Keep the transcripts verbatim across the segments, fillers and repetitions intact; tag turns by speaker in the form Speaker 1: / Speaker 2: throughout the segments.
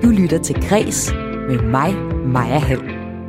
Speaker 1: Du lytter til Græs med mig, Maja Hall.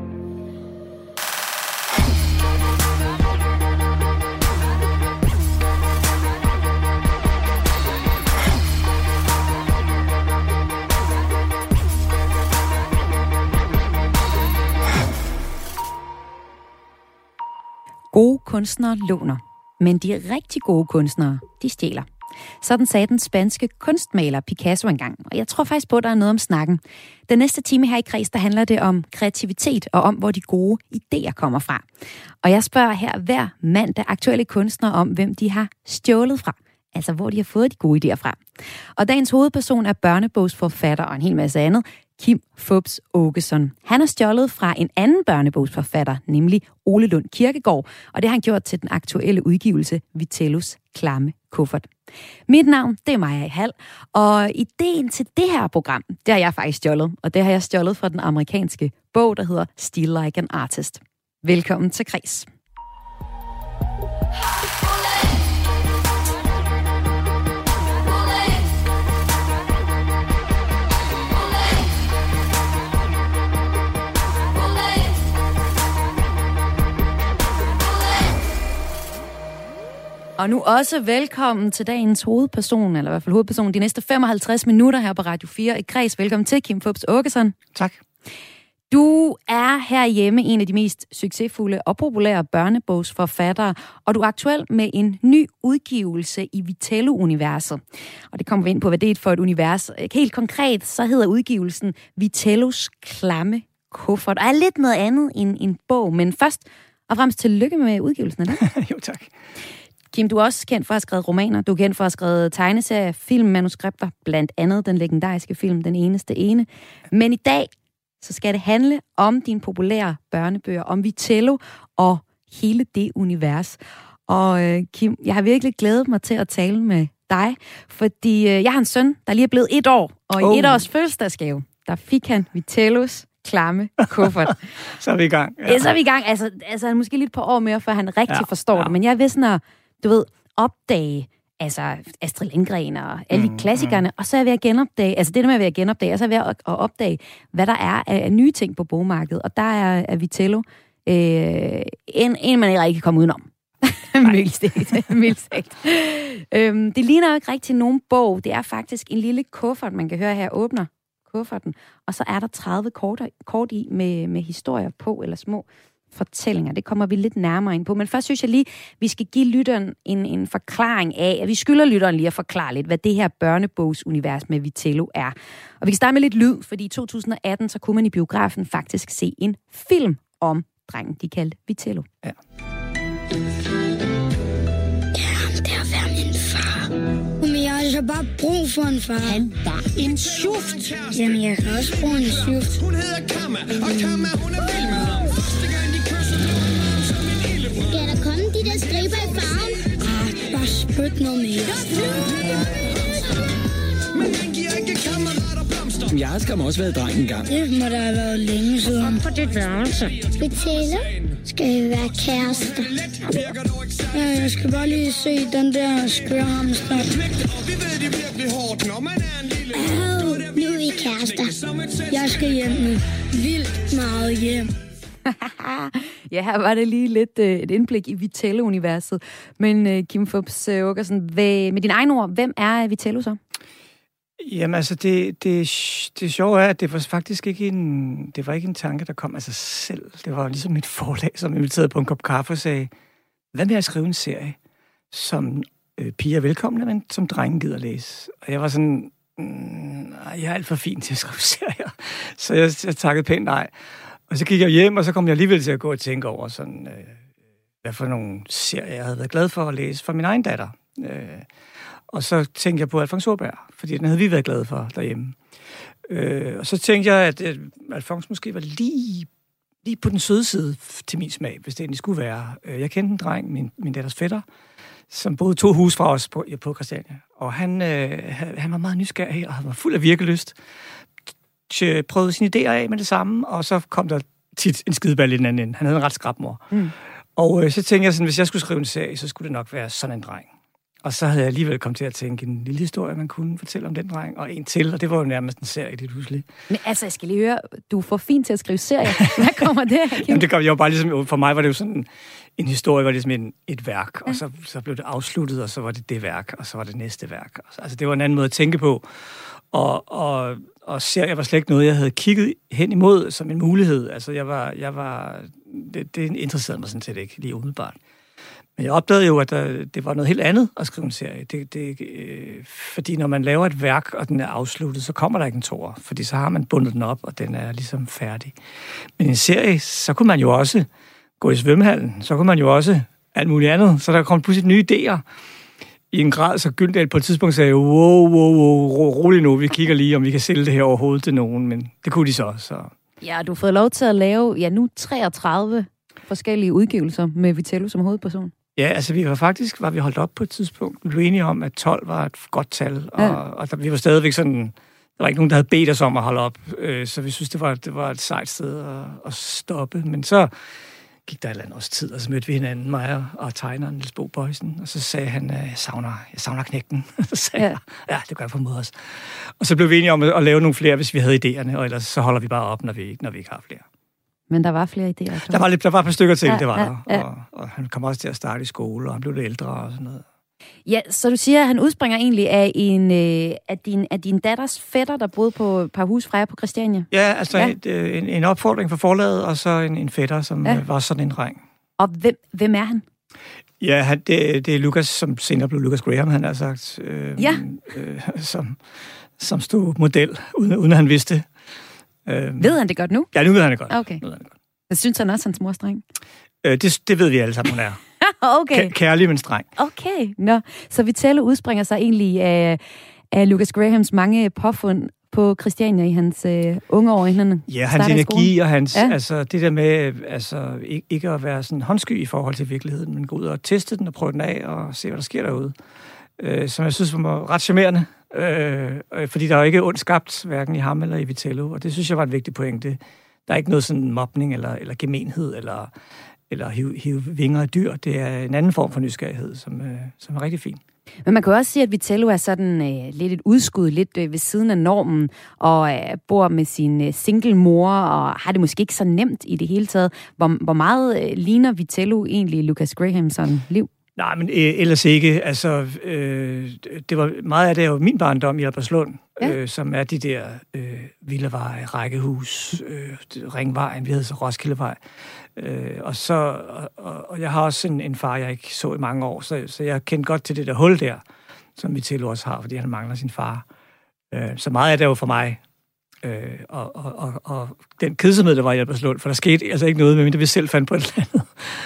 Speaker 1: Gode kunstnere låner, men de rigtig gode kunstnere, de stjæler. Sådan sagde den spanske kunstmaler Picasso engang, og jeg tror faktisk på, at der er noget om snakken. Den næste time her i Græs, der handler det om kreativitet og om, hvor de gode idéer kommer fra. Og jeg spørger her hver mandag aktuelle kunstnere om, hvem de har stjålet fra. Altså, hvor de har fået de gode idéer fra. Og dagens hovedperson er børnebogsforfatter og en hel masse andet, Kim Fupz Aakeson. Han har stjålet fra en anden børnebogsforfatter, nemlig Ole Lund Kirkegaard, og det har han gjort til den aktuelle udgivelse Vitellos klamme kuffert. Mit navn, det er Maja Hall, og ideen til det her program, det har jeg faktisk stjålet, og det har jeg stjålet fra den amerikanske bog, der hedder Steal Like an Artist. Velkommen til Græs. Og nu også velkommen til dagens hovedperson, eller i hvert fald hovedperson, de næste femoghalvtreds minutter her på Radio fire i Græs. Velkommen til, Kim Fupz Aakeson.
Speaker 2: Tak.
Speaker 1: Du er herhjemme en af de mest succesfulde og populære børnebogsforfattere, og du er aktuel med en ny udgivelse i Vitello-universet. Og det kommer vi ind på, hvad det er for et univers. Helt konkret, så hedder udgivelsen Vitellos klamme kuffert. Og er lidt noget andet end en bog, men først og fremmest tillykke med udgivelsen af det.
Speaker 2: Jo, tak.
Speaker 1: Kim, du er også kendt for at have skrevet romaner. Du er kendt for at have skrevet tegneserier, filmmanuskripter, blandt andet den legendariske film Den Eneste Ene. Men i dag, så skal det handle om dine populære børnebøger, om Vitello og hele det univers. Og øh, Kim, jeg har virkelig glædet mig til at tale med dig, fordi øh, jeg har en søn, der lige er blevet et år, og
Speaker 2: oh.
Speaker 1: i et års fødselsdagsgave, der fik han Vitellos klamme kuffert.
Speaker 2: Så er vi i gang.
Speaker 1: Ja. Ja, så er vi i gang. Altså, altså han måske lige et par år mere, før han rigtig ja, forstår ja. det. Men jeg vil sådan at, du ved, opdage altså Astrid Lindgren og alle mm, de klassikerne, mm. og så er jeg ved at genopdage, altså det der med at være at genopdage, og så er jeg ved at, at opdage, hvad der er af, af nye ting på bogmarkedet. Og der er, er Vitello øh, en, en, man ikke kan komme udenom. Mildt sagt. øhm, det ligner jo ikke rigtig nogen bog. Det er faktisk en lille kuffert, man kan høre her, åbner kufferten, og så er der tredive kort, kort i med, med historier på, eller små fortællinger. Det kommer vi lidt nærmere ind på. Men først synes jeg lige, vi skal give lytteren en, en forklaring af, at vi skylder lytteren lige at forklare lidt, hvad det her børnebogsunivers med Vitello er. Og vi kan starte med lidt lyd, fordi i to tusind og atten, så kunne man i biografen faktisk se en film om drengen, de kaldte Vitello.
Speaker 2: Ja.
Speaker 3: Jeg har bare brug for en far.
Speaker 4: Han var en sjuft.
Speaker 3: Jamen, jeg kan også bruge en sjuft.
Speaker 4: Hun hedder Kamma, og Kamma, hun er vild med ham. Første gang de kysser, drømmer ham som en ildebrænd.
Speaker 3: Skal der komme de der striber i farven? Ah, bare spyt noget mere.
Speaker 4: Men han giver ikke kammerater blomster.
Speaker 5: Jeg har skam også været dreng engang.
Speaker 3: Det må der have været længe siden.
Speaker 4: Op på dit værelse.
Speaker 3: Vitello, skal vi være kærester? Ja, jeg skal bare lige se den der skøre hamster.
Speaker 4: Vi ved det virkelig hårdt, når man er en lille...
Speaker 3: Au, nu er vi kærester. Jeg skal hjem nu. Vildt meget hjem.
Speaker 1: Ja, her var det lige lidt øh, et indblik i Vitello-universet. Men øh, Kim Fupz Aakeson, med dine egne ord, hvem er Vitello så?
Speaker 2: Jamen altså, det, det, det sjove er, at det var faktisk ikke en, det var ikke en tanke, der kom af sig selv. Det var ligesom mit forlag, som inviterede på en kop kaffe og sagde, hvad med at skrive en serie, som øh, piger er velkomne, men som drenge gider læse? Og jeg var sådan, mm, jeg er alt for fin til at skrive serier. Så jeg, jeg takkede pænt nej. Og så gik jeg hjem, og så kom jeg alligevel til at gå og tænke over, sådan, øh, hvad for nogle serier, jeg havde været glad for at læse for min egen datter. Øh, og så tænkte jeg på Alfons Åberg, fordi den havde vi været glade for derhjemme. Øh, og så tænkte jeg, at øh, Alfons måske var lige, lige på den søde side til min smag, hvis det egentlig skulle være. Jeg kendte en dreng, min, min datters fætter, som boede to hus fra os på, på Christiania. Og han, øh, han var meget nysgerrig, og han var fuld af virkelyst. Prøvede sine idéer af med det samme, og så kom der tit en skideball i den anden ende. Han havde en ret skrab mor. Mm. Og øh, så tænkte jeg sådan, hvis jeg skulle skrive en serie, så skulle det nok være sådan en dreng. Og så havde jeg alligevel kommet til at tænke en lille historie, man kunne fortælle om den dreng, og en til, og det var jo nærmest en serie, det pludselig.
Speaker 1: Men altså, jeg skal lige høre, du er for fint til at skrive serier. Hvad kommer det her?
Speaker 2: Jamen, det kom jo bare ligesom, for mig var det jo sådan, en historie var ligesom en, et værk, og så, så blev det afsluttet, og så var det det værk, og så var det næste værk. Altså, det var en anden måde at tænke på, og, og, og serier var slet ikke noget, jeg havde kigget hen imod som en mulighed. Altså, jeg var, jeg var, det, det interesserede mig sådan set ikke lige umiddelbart. Men jeg opdagede jo, at der, det var noget helt andet at skrive en serie. Det, det, øh, fordi når man laver et værk, og den er afsluttet, så kommer der ikke en toer. Fordi så har man bundet den op, og den er ligesom færdig. Men i en serie, så kunne man jo også gå i svømmehallen. Så kunne man jo også alt muligt andet. Så der kom pludselig nye idéer. I en grad, så Gyldendal på et tidspunkt sagde, wow, wow, wow, rolig nu, vi kigger lige, om vi kan sælge det her overhovedet til nogen. Men det kunne de så. så.
Speaker 1: Ja, du har fået lov til at lave, ja, nu treogtredive forskellige udgivelser med Vitello som hovedperson.
Speaker 2: Ja, altså vi var faktisk, var vi holdt op på et tidspunkt. Vi blev enige om, at tolv var et godt tal, og, ja. og der, vi var stadigvæk sådan, der var ikke nogen, der havde bedt os om at holde op, øh, så vi synes, det var, det var et sejt sted at, at stoppe. Men så gik der et eller andet års tid, og så mødte vi hinanden, mig og, og tegneren, Niels Bo Bøjsen, og så sagde han, jeg savner, jeg savner knægten. Så sagde ja. jeg, ja, det gør jeg på en måde også. Og så blev vi enige om at, at lave nogle flere, hvis vi havde idéerne, og ellers så holder vi bare op, når vi, når vi ikke har flere.
Speaker 1: Men der var flere idéer.
Speaker 2: Der var, lidt, der var et par stykker til, ja, det var
Speaker 1: ja,
Speaker 2: der.
Speaker 1: Ja.
Speaker 2: Og, og han kom også til at starte i skole, og han blev lidt ældre og sådan noget.
Speaker 1: Ja, så du siger, at han udspringer egentlig af, en, øh, af, din, af din datters fætter, der boede på et par hus fra jer på Christiania?
Speaker 2: Ja, altså ja. Et, en, en opfordring fra forlaget, og så en, en fætter, som ja. var sådan en dreng.
Speaker 1: Og hvem, hvem er han?
Speaker 2: Ja, han, det, det er Lucas, som senere blev Lucas Graham, han har sagt, øh,
Speaker 1: ja.
Speaker 2: øh, som, som stod model, uden, uden at han vidste.
Speaker 1: Øh, ved han det godt nu?
Speaker 2: Ja, nu ved han det godt.
Speaker 1: Okay.
Speaker 2: Ved han det godt.
Speaker 1: Jeg synes han også, hans mors dreng?
Speaker 2: Øh, det, det ved vi alle sammen, hun er.
Speaker 1: Okay.
Speaker 2: K- kærlig, men streng.
Speaker 1: Okay, nå. Så Vitello udspringer sig egentlig af, af Lucas Grahams mange påfund på Christiania i hans øh, unge år, inden han
Speaker 2: Ja, hans energi og hans,
Speaker 1: ja.
Speaker 2: altså det der med, altså ikke, ikke at være sådan håndsky i forhold til virkeligheden, men gå ud og teste den og prøve den af og se, hvad der sker derude. Øh, som jeg synes var ret charmerende, øh, fordi der er jo ikke ondt skabt, hverken i ham eller i Vitello, og det synes jeg var et vigtigt pointe. Der er ikke noget sådan mobning eller, eller gemenhed eller, eller hive, hive vinger af dyr. Det er en anden form for nysgerrighed, som, øh, som er rigtig fin.
Speaker 1: Men man kan også sige, at Vitello er sådan øh, lidt et udskud, lidt øh, ved siden af normen, og øh, bor med sin øh, single mor, og har det måske ikke så nemt i det hele taget. Hvor, hvor meget øh, ligner Vitello egentlig Lucas Grahams sådan liv?
Speaker 2: Nej, men øh, ellers ikke. Altså, øh, det var meget af det jo min barndom i Albertslund, ja. øh, som er de der øh, Villaveje, Rækkehus, øh, Ringvejen, vi hedder så Roskildevej. Øh, og så og, og jeg har også en, en far, jeg ikke så i mange år, så, så jeg kendte godt til det der hul der, som Vitello også har, fordi han mangler sin far. Øh, så meget af det er jo for mig. Øh, og, og, og, og den kedsomhed, der var i Albertslund, for der skete altså ikke noget, medmindre vi selv fandt på et eller andet.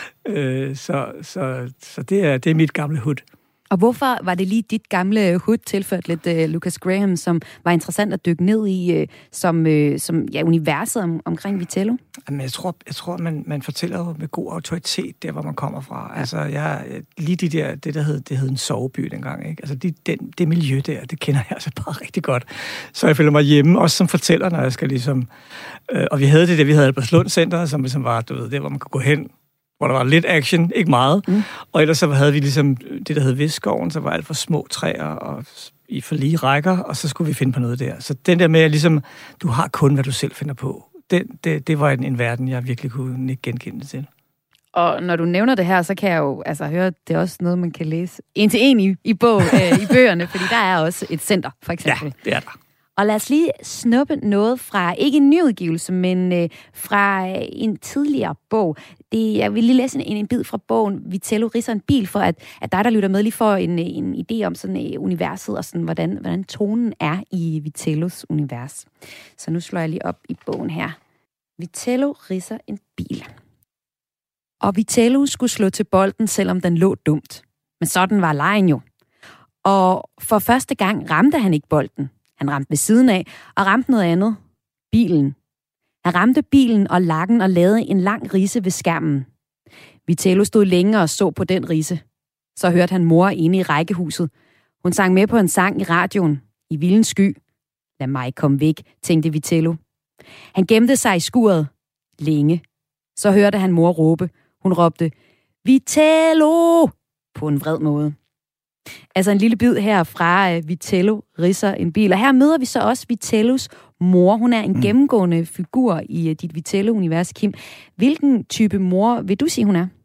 Speaker 2: øh, så så, så det, er, det er mit gamle hud.
Speaker 1: Og hvorfor var det lige dit gamle hud tilført lidt uh, Lucas Graham, som var interessant at dykke ned i, uh, som, uh, som ja, universet om, omkring Vitello?
Speaker 2: Jamen, jeg tror, jeg tror man, man fortæller jo med god autoritet, der hvor man kommer fra. Altså, jeg, lige de der, det der hed, det hed en soveby dengang, ikke? Altså, de, den, det miljø der, det kender jeg altså bare rigtig godt. Så jeg føler mig hjemme, også som fortæller, når jeg skal ligesom... Øh, og vi havde det der, vi havde Albertslund Center, som ligesom var, du ved, der hvor man kunne gå hen, hvor der var lidt action, ikke meget. Mm. Og ellers så havde vi ligesom det, der hed Vestskoven, så var alt for små træer og i for lige rækker, og så skulle vi finde på noget der. Så den der med, ligesom, du har kun, hvad du selv finder på, det, det, det var en, en verden, jeg virkelig kunne ikke genkende det til.
Speaker 1: Og når du nævner det her, så kan jeg jo altså høre, det er også noget, man kan læse en til en i, i, bog, øh, i bøgerne, fordi der er også et center, for eksempel.
Speaker 2: Ja, det er der.
Speaker 1: Og lad os lige snuppe noget fra, ikke en nyudgivelse, men øh, fra øh, en tidligere bog. Det, jeg vil lige læse en, en bid fra bogen, Vitello ridser en bil, for at, at dig, der lytter med, lige får en, en idé om sådan øh, universet, og sådan, hvordan, hvordan tonen er i Vitellos univers. Så nu slår jeg lige op i bogen her. Vitello ridser en bil. Og Vitello skulle slå til bolden, selvom den lå dumt. Men sådan var lejen jo. Og for første gang ramte han ikke bolden. Han ramte ved siden af, og ramte noget andet. Bilen. Han ramte bilen og lakken og lavede en lang ridse ved skærmen. Vitello stod længe og så på den ridse. Så hørte han mor inde i rækkehuset. Hun sang med på en sang i radioen. I vildens sky. Lad mig komme væk, tænkte Vitello. Han gemte sig i skuret. Længe. Så hørte han mor råbe. Hun råbte, Vitello! På en vred måde. Altså en lille bid her fra uh, Vitello ridser en bil. Og her møder vi så også Vitellos mor. Hun er en mm. gennemgående figur i uh, dit Vitello-univers, Kim. Hvilken type mor vil du sige, hun er?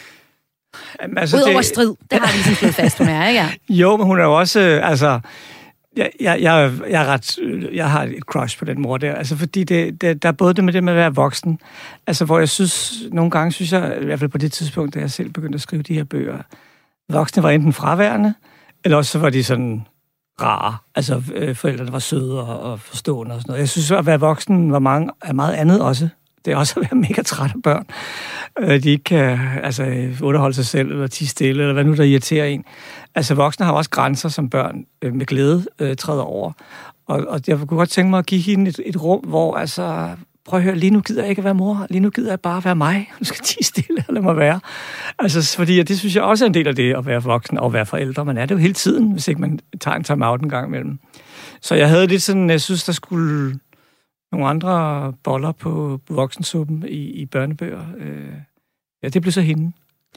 Speaker 2: Jamen, altså,
Speaker 1: Udover
Speaker 2: det...
Speaker 1: strid. Det har vi ligesom slået fast, hun er, ikke?
Speaker 2: Jo, men hun er jo også... Altså, jeg, jeg, jeg, jeg, er ret, jeg har et crush på den mor der. Altså, fordi det, det, der er både det med det med at være voksen. Altså, hvor jeg synes... Nogle gange synes jeg, i hvert fald på det tidspunkt, da jeg selv begyndte at skrive de her bøger, voksne var enten fraværende, eller også så var de sådan rare. Altså, øh, forældrene var søde og, og forstående og sådan noget. Jeg synes, at være voksen var mange, er meget andet også. Det er også at være mega træt af børn. Øh, de ikke kan altså, underholde sig selv, eller tie stille, eller hvad nu der irriterer en. Altså, voksne har også grænser, som børn øh, med glæde øh, træder over. Og, og jeg kunne godt tænke mig at give hende et, et rum, hvor altså... Prøv at høre, lige nu gider jeg ikke at være mor. Lige nu gider jeg bare at være mig. Du skal tie stille, eller må være. Altså, fordi det synes jeg også er en del af det, at være voksen og være forældre. Man er det jo hele tiden, hvis ikke man tager en time-out en gang imellem. Så jeg havde lidt sådan, jeg synes, der skulle nogle andre boller på voksensuppen i, i børnebøger. Øh, ja, det blev så hende.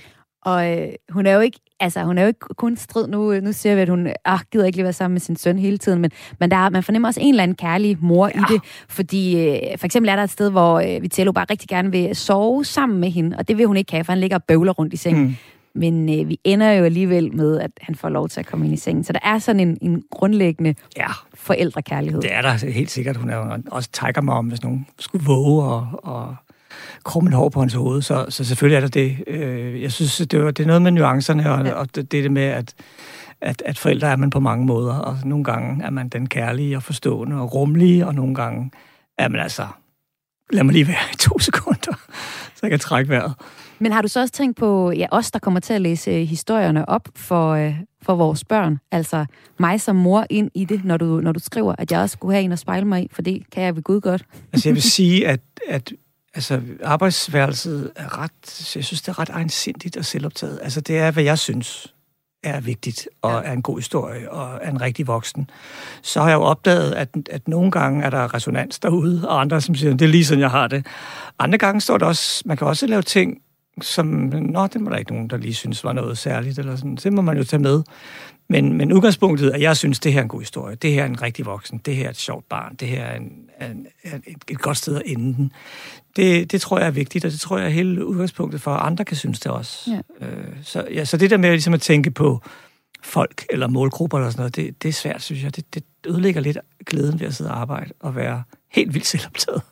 Speaker 2: Og øh,
Speaker 1: hun er jo ikke, altså hun er jo ikke kun strid nu. Nu ser vi, at hun ah, gider ikke lige være sammen med sin søn hele tiden, men, men der, man fornemmer også en eller anden kærlig mor ja. i det, fordi øh, for eksempel er der et sted, hvor øh, Vitello bare rigtig gerne vil sove sammen med hende, og det vil hun ikke have, for han ligger og bøvler rundt i sengen. Mm. Men øh, vi ender jo alligevel med, at han får lov til at komme ind i sengen. Så der er sådan en, en grundlæggende ja. forældrekærlighed.
Speaker 2: Det er der helt sikkert. Hun er jo også tiger mig om, hvis nogen skulle våge og... og krummen hår på hans hoved, så, så selvfølgelig er der det. Jeg synes, det er, det er noget med nuancerne, og, ja. og det, det er det med, at, at, at forældre er man på mange måder, og nogle gange er man den kærlige og forstående og rummelige, og nogle gange er man altså, lad mig lige være i to sekunder, så jeg kan trække vejret.
Speaker 1: Men har du så også tænkt på, ja, os, der kommer til at læse historierne op for, for vores børn, altså mig som mor ind i det, når du, når du skriver, at jeg også skulle have en at spejle mig i, for det kan jeg ved Gud godt.
Speaker 2: Altså jeg vil sige, at, at altså, arbejdsværelset er ret, jeg synes, det er ret egensindigt og selvoptaget. Altså, det er, hvad jeg synes er vigtigt, og ja. er en god historie, og er en rigtig voksen. Så har jeg jo opdaget, at, at nogle gange er der resonans derude, og andre, som siger, det er lige sådan, jeg har det. Andre gange står der også, man kan også lave ting, som, nå, det må der ikke nogen, der lige synes var noget særligt, eller sådan. Det må man jo tage med. Men, men udgangspunktet er, at jeg synes, det her er en god historie. Det her er en rigtig voksen. Det her er et sjovt barn. Det her er, en, er, en, er et, et godt sted at ende den. Det, det tror jeg er vigtigt, og det tror jeg er hele udgangspunktet for, at andre kan synes det også. Ja. Øh, så, ja, så det der med ligesom at tænke på folk eller målgrupper eller sådan noget, det, det er svært, synes jeg. Det, det ødelægger lidt glæden ved at sidde og arbejde og være helt vildt selvoptaget.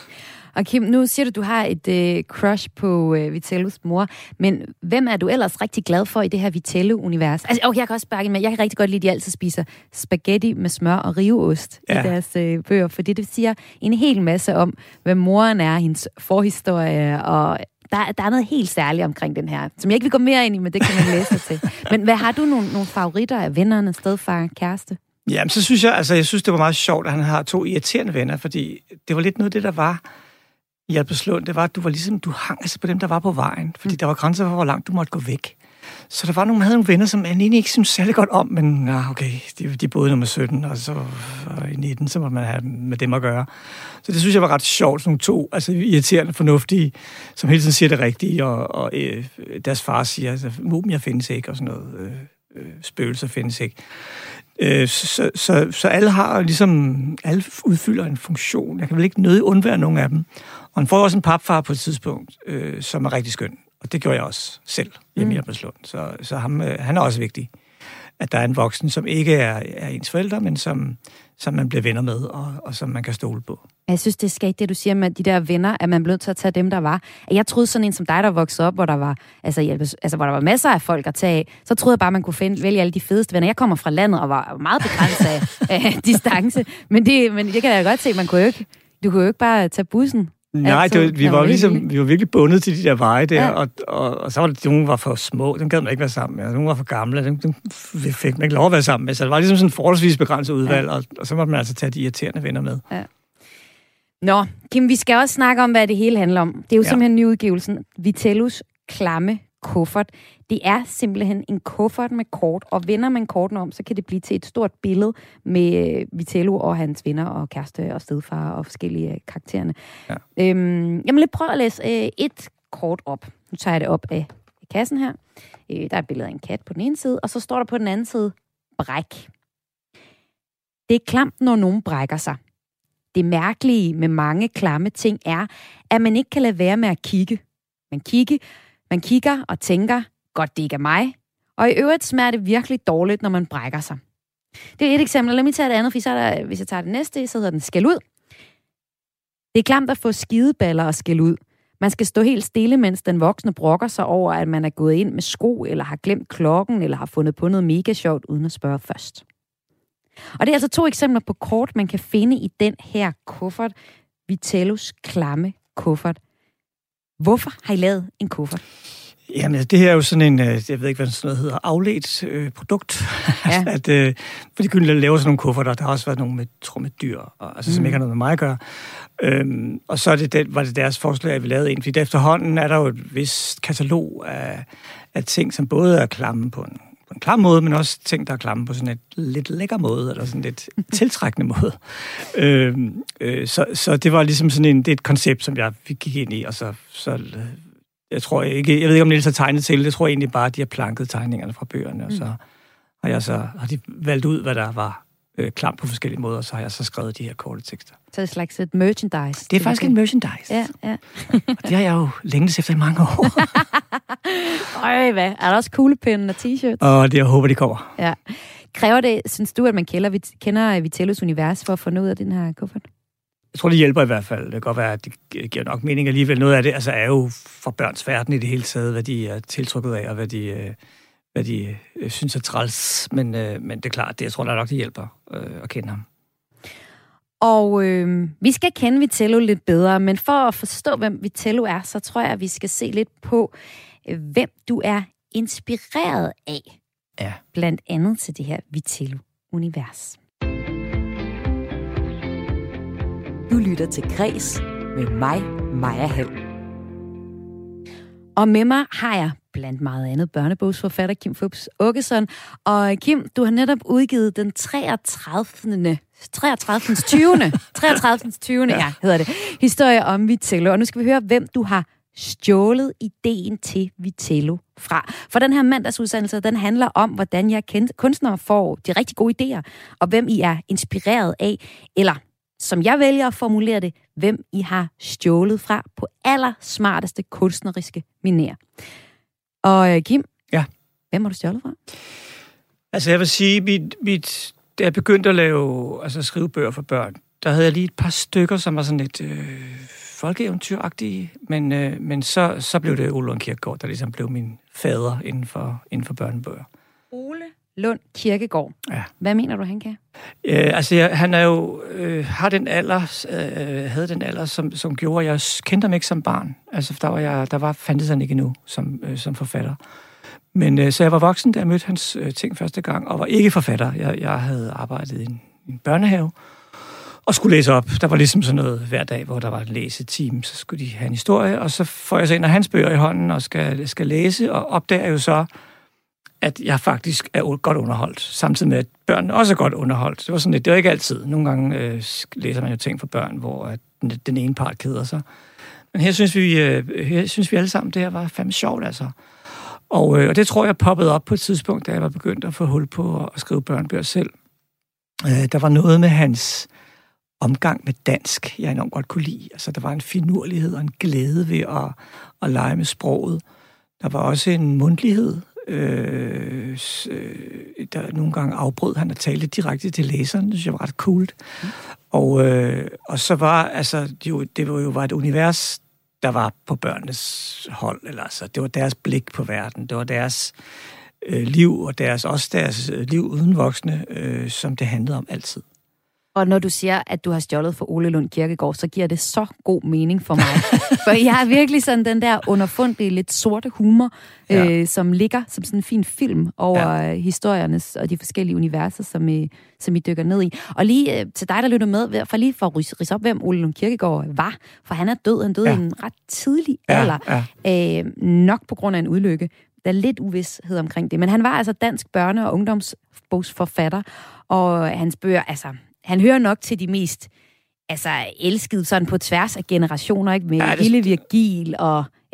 Speaker 1: Og Kim, nu siger du, at du har et øh, crush på øh, Vitellos mor, men hvem er du ellers rigtig glad for i det her Vitello-univers? Altså, okay, jeg kan også sparke med, jeg kan rigtig godt lide, at de altid spiser spaghetti med smør og riveost ja. i deres øh, bøger, fordi det siger en hel masse om, hvad moren er, hendes forhistorie, og der, der er noget helt særligt omkring den her, som jeg ikke vil gå mere ind i, men det kan man læse til. Men hvad har du nogle, nogle favoritter af vennerne, stedfar, kæreste?
Speaker 2: Jamen, så synes jeg, altså, jeg synes, det var meget sjovt, at han har to irriterende venner, fordi det var lidt noget af det, der var i Albertslund, det var, at du var ligesom, du hang altså på dem, der var på vejen, fordi mm. der var grænser for, hvor langt du måtte gå væk. Så der var nogle, man havde nogle venner, som man egentlig ikke synes særlig godt om, men ja, okay, de, de boede nummer sytten, og så og i nitten, så måtte man have med dem at gøre. Så det synes jeg var ret sjovt, sådan nogle to, altså irriterende, fornuftige, som hele tiden siger det rigtige, og, og øh, deres far siger, altså, mumier findes ikke, og sådan noget, øh, øh, spøgelser findes ikke. Øh, så, så, så alle har ligesom, alle udfylder en funktion. Jeg kan vel ikke nødig undvære nogen af dem. Og han får også en papfar på et tidspunkt, øh, som er rigtig skøn. Og det gjorde jeg også selv hjemme i Albertslund. Så, så ham, øh, han er også vigtig. At der er en voksen, som ikke er, er ens forældre, men som, som man bliver venner med, og, og som man kan stole på.
Speaker 1: Jeg synes, det er skægt, det du siger med de der venner, at man blev nødt til at tage dem, der var. Jeg troede sådan en som dig, der voksede op, hvor der var, altså, altså, hvor der var masser af folk at tage af, så troede jeg bare, man kunne finde, vælge alle de fedeste venner. Jeg kommer fra landet og var meget begrænset af, af distance, men det, men det kan jeg godt se, man kunne jo ikke, du kunne jo ikke bare tage bussen.
Speaker 2: Nej, det var, vi, var ligesom, vi var virkelig bundet til de der veje der, ja. og, og, og så var det, nogle var for små, dem gad man ikke være sammen med, og nogle var for gamle, dem, dem fik man ikke lov at være sammen med, så det var ligesom sådan en forholdsvis begrænset udvalg, ja. og, og så måtte man altså tage de irriterende venner med. Ja.
Speaker 1: Nå, Kim, vi skal også snakke om, hvad det hele handler om. Det er jo ja. simpelthen nyudgivelsen Vitellos klamme kuffert. Det er simpelthen en kuffert med kort, og vender man korten om, så kan det blive til et stort billede med Vitello og hans venner og kæreste og stedfar og forskellige karaktererne. Ja. Øhm, jeg vil lige prøve at læse øh, et kort op. Nu tager jeg det op af kassen her. Øh, der er et billede af en kat på den ene side, og så står der på den anden side, bræk. Det er klamt, når nogen brækker sig. Det mærkelige med mange klamme ting er, at man ikke kan lade være med at kigge. Man kigge, man kigger og tænker, godt det ikke er mig. Og i øvrigt smager det virkelig dårligt, når man brækker sig. Det er et eksempel. Lad mig tage et andet, for så er der, hvis jeg tager det næste, så hedder den skæld ud. Det er klamt at få skideballer og skæld ud. Man skal stå helt stille, mens den voksne brokker sig over, at man er gået ind med sko, eller har glemt klokken, eller har fundet på noget mega sjovt, uden at spørge først. Og det er altså to eksempler på kort, man kan finde i den her kuffert. Vitellos klamme kuffert. Hvorfor har I lavet en kuffert?
Speaker 2: Jamen, det her er jo sådan en, jeg ved ikke, hvad sådan noget hedder, afledt øh, produkt. Ja. at, øh, for de kunne lave sådan nogle kufferter. Der har også været nogle med, tror, med dyr, og, altså, som mm. ikke har noget med mig at gøre. Øhm, og så er det, det, var det deres forslag, at vi lavede en. Fordi efterhånden er der jo et vist katalog af, af ting, som både er klamme på en, på en klam måde, men også ting, der er klamme på sådan et lidt lækker måde, eller sådan lidt tiltrækkende måde. Øhm, øh, så, så det var ligesom sådan en, det er et koncept, som jeg gik ind i, og så... så Jeg tror ikke, jeg ved ikke, om Niels har tegnet til det. Jeg tror egentlig bare, at de har planket tegningerne fra bøgerne, og så har, jeg så, har de valgt ud, hvad der var øh, klamt på forskellige måder, og så har jeg så skrevet de her korte tekster.
Speaker 1: Så det er slags et merchandise?
Speaker 2: Det er faktisk en merchandise.
Speaker 1: Ja, ja.
Speaker 2: Og det har jeg jo længes efter i mange år.
Speaker 1: Øj, hvad? Er der også kuglepinde og t-shirts?
Speaker 2: Og det, jeg håber, de kommer.
Speaker 1: Ja. Kræver det, synes du, at man kender, kender Vitellos univers for at få noget af den her kuffert?
Speaker 2: Jeg tror, det hjælper i hvert fald. Det kan godt være, at det giver nok mening alligevel. Noget af det altså, er jo for børns verden i det hele taget, hvad de er tiltrykket af, og hvad de, hvad de synes er træls. Men, men det er klart, det jeg tror, der nok, det hjælper øh, at kende ham.
Speaker 1: Og øh, vi skal kende Vitello lidt bedre, men for at forstå, hvem Vitello er, så tror jeg, at vi skal se lidt på, øh, hvem du er inspireret af.
Speaker 2: Ja.
Speaker 1: Blandt andet til det her Vitello-univers.
Speaker 5: Du lytter til Kres med mig, Maja Hall.
Speaker 1: Og med mig har jeg blandt meget andet børnebogsforfatter Kim Fupz Aakeson. Og Kim, du har netop udgivet den treogtredivte treogtredivte tyvende treogtredivte tyvende ja, hedder det, historie om Vitello. Og nu skal vi høre, hvem du har stjålet ideen til Vitello fra. For den her mandagsudsendelse, den handler om, hvordan jeg kunstnere får de rigtig gode idéer, og hvem I er inspireret af, eller som jeg vælger at formulere det, hvem I har stjålet fra på allersmarteste kunstneriske manér. Og Kim,
Speaker 2: ja.
Speaker 1: Hvem har du stjålet fra?
Speaker 2: Altså jeg vil sige, mit, mit, da jeg begyndte at lave, altså skrive bøger for børn, der havde jeg lige et par stykker, som var sådan lidt øh, folkeeventyragtige, men, øh, men så, så blev det Ole Lund Kirkegaard, der ligesom blev min fader inden for, inden for børnebøger.
Speaker 1: Ole Lund Kirkegaard.
Speaker 2: Ja.
Speaker 1: Hvad mener du, han kan?
Speaker 2: Øh, altså, jeg, han er jo, øh, har den alder, øh, havde den alder, som, som gjorde, jeg kendte ham ikke som barn. Altså, der var jeg, der var, fandtes han ikke endnu som, øh, som forfatter. Men øh, så jeg var voksen, da jeg mødte hans øh, ting første gang, og var ikke forfatter. Jeg, jeg havde arbejdet i en, en børnehave, og skulle læse op. Der var ligesom sådan noget hver dag, hvor der var et læseteam, så skulle de have en historie, og så får jeg så en af hans bøger i hånden, og skal, skal læse, og opdager jo så, at jeg faktisk er godt underholdt, samtidig med, at børnene også er godt underholdt. Det var sådan lidt, det var ikke altid. Nogle gange øh, læser man jo ting for børn, hvor at den, den ene part keder sig. Men her synes vi, øh, her synes vi alle sammen, det her var fandme sjovt, altså. Og, øh, og det tror jeg poppede op på et tidspunkt, da jeg var begyndt at få hul på at skrive børnebøger selv. Øh, der var noget med hans omgang med dansk, jeg enormt godt kunne lide. Altså, der var en finurlighed og en glæde ved at, at lege med sproget. Der var også en mundtlighed. Øh, der nogle gange afbrød han at tale direkte til læseren. Det synes jeg var ret coolt. Mm. Og, øh, og så var, altså, det, det var jo var et univers, der var på børnenes hold. Eller, altså, det var deres blik på verden. Det var deres øh, liv, og deres, også deres øh, liv uden voksne, øh, som det handlede om altid.
Speaker 1: Og når du siger, at du har stjålet for Ole Lund Kirkegaard, så giver det så god mening for mig. For jeg har virkelig sådan den der underfundige, lidt sorte humor, ja. øh, som ligger som sådan en fin film over ja. historiernes og de forskellige universer, som I, som I dykker ned i. Og lige øh, til dig, der lytter med, for lige for at ridse op, hvem Ole Lund Kirkegaard var. For han er død, han døde ja. i en ret tidlig alder. Ja. Ja. Øh, nok på grund af en ulykke. Der er lidt uvidshed omkring det. Men han var altså dansk børne- og ungdomsbogsforfatter, og hans bøger, altså... Han hører nok til de mest altså, elskede sådan på tværs af generationer, ikke? Med ja, det... Lille Virgil og ja,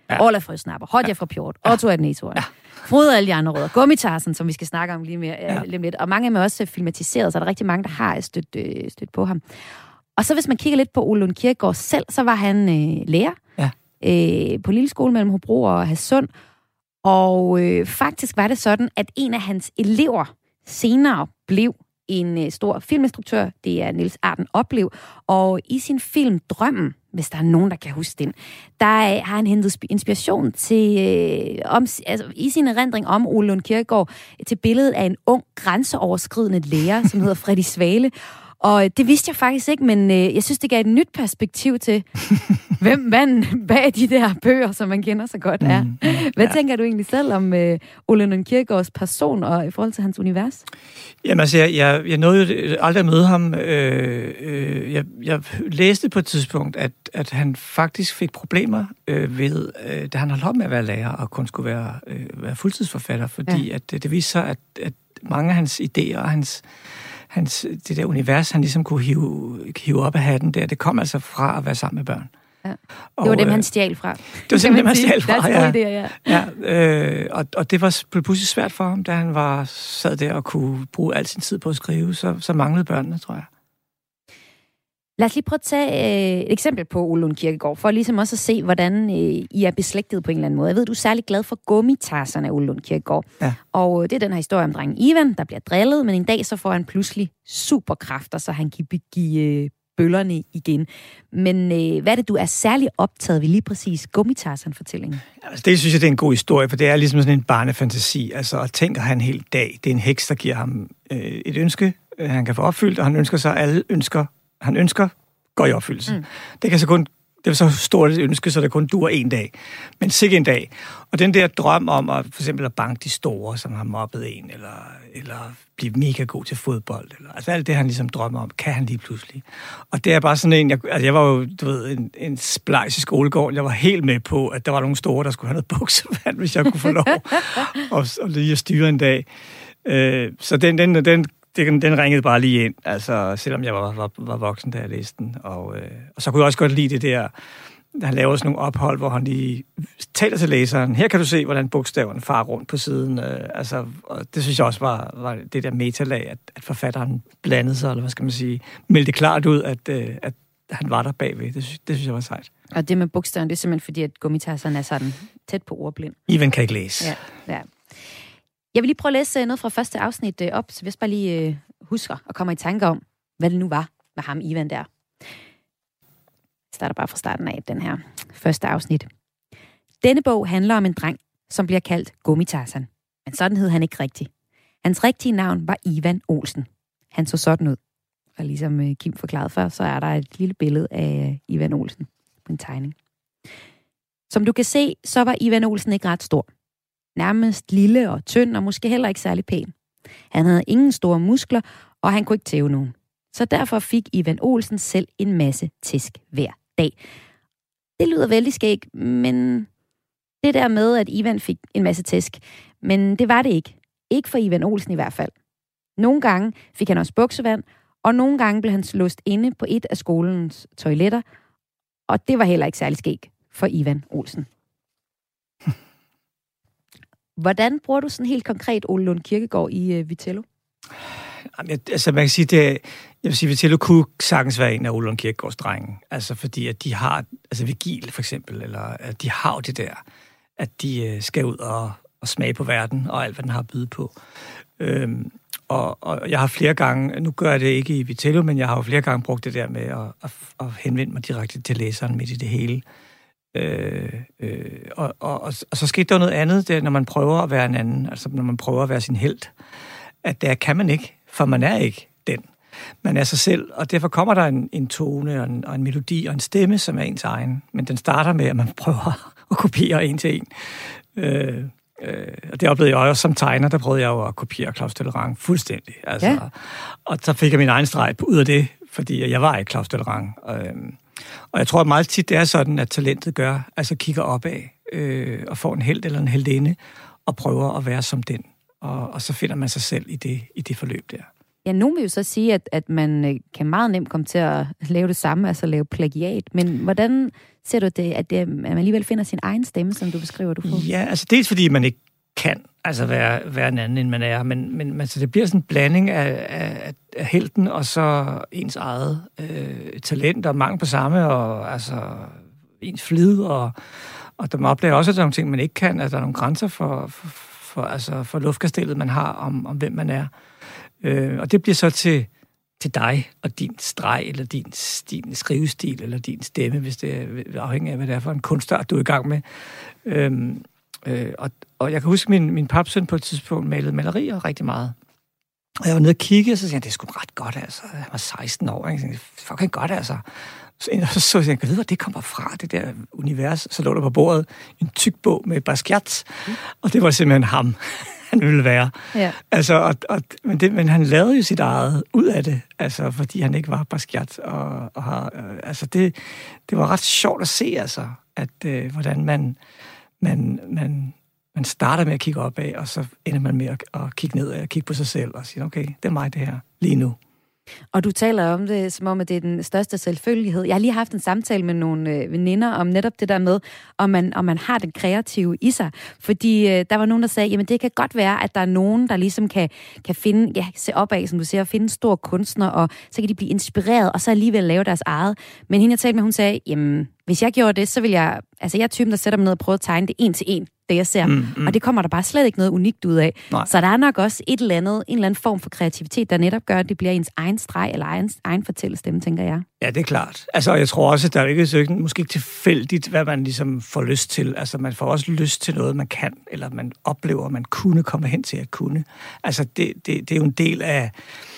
Speaker 1: Ja. Orla Frøsnapper, Hodja ja. fra Pjort, Otto Adnetoren, ja. Frode og alle de andre rødder, Gummitarsen, som vi skal snakke om lige, mere, ja. lige lidt. Og mange af dem er også filmatiseret, så er der rigtig mange, der har stødt, øh, stødt på ham. Og så hvis man kigger lidt på Ole Lund Kirkegaard selv, så var han øh, lærer ja. øh, på Lille Skole mellem Hobro og Hadsund. Og øh, faktisk var det sådan, at en af hans elever senere blev en øh, stor filminstruktør. Det er Niels Arden Oplev. Og i sin film Drømmen, hvis der er nogen, der kan huske den, der øh, har han hentet inspiration til, øh, om, altså, i sin erindring om Ole Lund Kirkegaard til billedet af en ung, grænseoverskridende lærer, som hedder Freddy Svale. Og det vidste jeg faktisk ikke, men øh, jeg synes, det gav et nyt perspektiv til, hvem manden bag de der bøger, som man kender så godt er. Mm, Hvad ja. tænker du egentlig selv om øh, Ole Lund Kirkegaards person og i forhold til hans univers?
Speaker 2: Jamen altså, jeg, jeg, jeg nåede aldrig at møde ham. Øh, øh, jeg, jeg læste på et tidspunkt, at, at han faktisk fik problemer øh, ved, øh, da han holdt op med at være lærer og kun skulle være, øh, være fuldtidsforfatter, fordi ja. at, det viste sig, at, at mange af hans idéer og hans Hans, det der univers, han ligesom kunne hive, hive op af hatten der, det kom altså fra at være sammen med børn.
Speaker 1: Ja. Det var og, dem, han stjal fra.
Speaker 2: Det var simpelthen dem, han stjal fra, ja.
Speaker 1: Idéer, ja.
Speaker 2: ja øh, og, og det var pludselig svært for ham, da han var sad der og kunne bruge al sin tid på at skrive, så, så manglede børnene, tror jeg.
Speaker 1: Lad os lige prøve at tage øh, et eksempel på Ole Lund Kirkegaard, for ligesom også at se, hvordan øh, I er beslægtet på en eller anden måde. Jeg ved, du er særlig glad for Gummitarsen af Ole Lund Kirkegaard. Ja. Og øh, det er den her historie om drengen Ivan, der bliver drillet, men en dag så får han pludselig superkræfter, så han kan give øh, bøllerne igen. Men øh, hvad er det, du er særlig optaget ved lige præcis Gummitarsen-fortællingen?
Speaker 2: Altså, det synes jeg, det er en god historie, for det er ligesom sådan en barnefantasi. Altså, og tænker han hele dag, det er en heks, der giver ham øh, et ønske, øh, han kan få opfyldt, og han ønsker sig alle ønsker, han ønsker, går i opfyldelse. Mm. Det kan så kun, det er så stort et ønske, så det kun duer en dag. Men sikke en dag. Og den der drøm om at for eksempel at banke de store, som har mobbet en, eller, eller blive mega god til fodbold, eller, altså alt det, han ligesom drømmer om, kan han lige pludselig. Og det er bare sådan en, jeg, altså jeg var jo, du ved, en, en splejs i skolegården, jeg var helt med på, at der var nogle store, der skulle have noget buksevand, hvis jeg kunne få lov og, og lige at styre en dag. Øh, så den, den, den Den, den ringede bare lige ind, altså selvom jeg var, var, var voksen, da jeg læste den. Og, øh, og så kunne jeg også godt lide det der, han laver sådan nogle ophold, hvor han lige taler til læseren. Her kan du se, hvordan bogstaverne farer rundt på siden. Øh, altså, og det synes jeg også var, var det der metalag, at, at forfatteren blandede sig, eller hvad skal man sige, meldte klart ud, at, øh, at han var der bagved. Det, synes, det synes jeg var sejt.
Speaker 1: Og det med bogstaverne, det er simpelthen fordi, at Gummitarsen er sådan tæt på ordblind.
Speaker 2: Ivan kan ikke læse.
Speaker 1: Ja, ja. Jeg vil lige prøve at læse noget fra første afsnit op, så hvis bare lige øh, husker og kommer i tanke om, hvad det nu var med ham, Ivan, der. Jeg starter bare fra starten af den her første afsnit. Denne bog handler om en dreng, som bliver kaldt Gummitarsen. Men sådan hed han ikke rigtigt. Hans rigtige navn var Ivan Olsen. Han så sådan ud. Og ligesom øh, Kim forklarede før, så er der et lille billede af øh, Ivan Olsen på en tegning. Som du kan se, så var Ivan Olsen ikke ret stor. Nærmest lille og tynd, og måske heller ikke særlig pæn. Han havde ingen store muskler, og han kunne ikke tæve nogen. Så derfor fik Ivan Olsen selv en masse tæsk hver dag. Det lyder vældig skægt, men det der med, at Ivan fik en masse tæsk, men det var det ikke. Ikke for Ivan Olsen i hvert fald. Nogle gange fik han også buksevand, og nogle gange blev han låst inde på et af skolens toiletter, og det var heller ikke særlig skægt for Ivan Olsen. Hvordan bruger du sådan helt konkret Ole Lund Kirkegaard i uh, Vitello?
Speaker 2: Jamen, altså, man kan sige, det, jeg vil sige, Vitello kunne sagtens være en af Ole Lund Kirkegaards drenge. Altså, fordi at de har, altså Vigil for eksempel, eller at de har det der, at de uh, skal ud og, og smage på verden, og alt, hvad den har at byde på. Øhm, og, og jeg har flere gange, nu gør jeg det ikke i Vitello, men jeg har jo flere gange brugt det der med at, at, at henvende mig direkte til læseren midt i det hele. Øh, øh, og, og, og, og så skete der noget andet, det, når man prøver at være en anden, altså når man prøver at være sin helt, at der kan man ikke, for man er ikke den. Man er sig selv, og derfor kommer der en, en tone og en, og en melodi og en stemme, som er ens egen, men den starter med, at man prøver at kopiere en til en. Øh, øh, og det oplevede jeg også som tegner, der prøvede jeg jo at kopiere Claus Dellerang fuldstændig. Altså, ja. Og så fik jeg min egen streg ud af det, fordi jeg var ikke Claus Dellerang. Øh, Og jeg tror at meget tit, det er sådan, at talentet gør, altså kigger opad øh, og får en helt eller en heldinde og prøver at være som den. Og, og så finder man sig selv i det, i det forløb der.
Speaker 1: Ja, nogen vil jo så sige, at, at man kan meget nemt komme til at lave det samme, altså lave plagiat. Men hvordan ser du det, at, det, at man alligevel finder sin egen stemme, som du beskriver, du får?
Speaker 2: Ja, altså dels fordi man ikke kan altså være, være en anden, end man er, men, men altså, det bliver sådan en blanding af, af, af helten og så ens eget øh, talent og mangel på samme, og altså ens flid, og, og der opdager også, at der er nogle ting, man ikke kan, at der er nogle grænser for, for, for, altså for luftkastellet, man har om, om hvem man er. Øh, og det bliver så til, til dig og din streg, eller din, din skrivestil, eller din stemme, hvis det er afhængig af, hvad det er for en kunstart, du er i gang med. Øh, øh, og, og jeg kan huske, min, min papsøn på et tidspunkt malede malerier rigtig meget. Og jeg var nede og kigge, og så sagde jeg, det er sgu ret godt, altså. Jeg var seksten år, ikke? Jeg tænkte, fucking godt, altså. Så så jeg, jeg ved, hvor det kommer fra, det der univers. Så lå der på bordet en tyk bog med Basquiat, mm. og det var simpelthen ham, han ville være. Ja. Altså, og, og, men, det, men han lavede jo sit eget ud af det, altså, fordi han ikke var Basquiat. Og, og har, øh, altså, det, det var ret sjovt at se, altså, at, øh, hvordan man, man, man, man starter med at kigge opad, og så ender man med at, at kigge nedad og kigge på sig selv og sige, okay, det er mig det her lige nu.
Speaker 1: Og du taler om det, som om, at det er den største selvfølgelighed. Jeg har lige haft en samtale med nogle øh, veninder om netop det der med, om man, om man har den kreative i sig. Fordi øh, der var nogen, der sagde, jamen det kan godt være, at der er nogen, der ligesom kan, kan finde, ja, se opad, som du siger, finde en stor kunstner, og så kan de blive inspireret, og så alligevel lave deres eget. Men hende jeg talte med, hun sagde, jamen hvis jeg gjorde det, så vil jeg, altså jeg er typen, der sætter mig ned og prøver at tegne det en til en, det jeg ser. Mm, mm. Og det kommer der bare slet ikke noget unikt ud af. Nej. Så der er nok også et eller andet, en eller anden form for kreativitet, der netop gør, at det bliver ens egen streg, eller egen, egen fortællestemme, tænker jeg.
Speaker 2: Ja, det er klart. Altså, jeg tror også, at der er ikke så, måske ikke tilfældigt, hvad man ligesom får lyst til. Altså, man får også lyst til noget, man kan, eller man oplever, at man kunne komme hen til at kunne. Altså, det, det, det er jo en del af,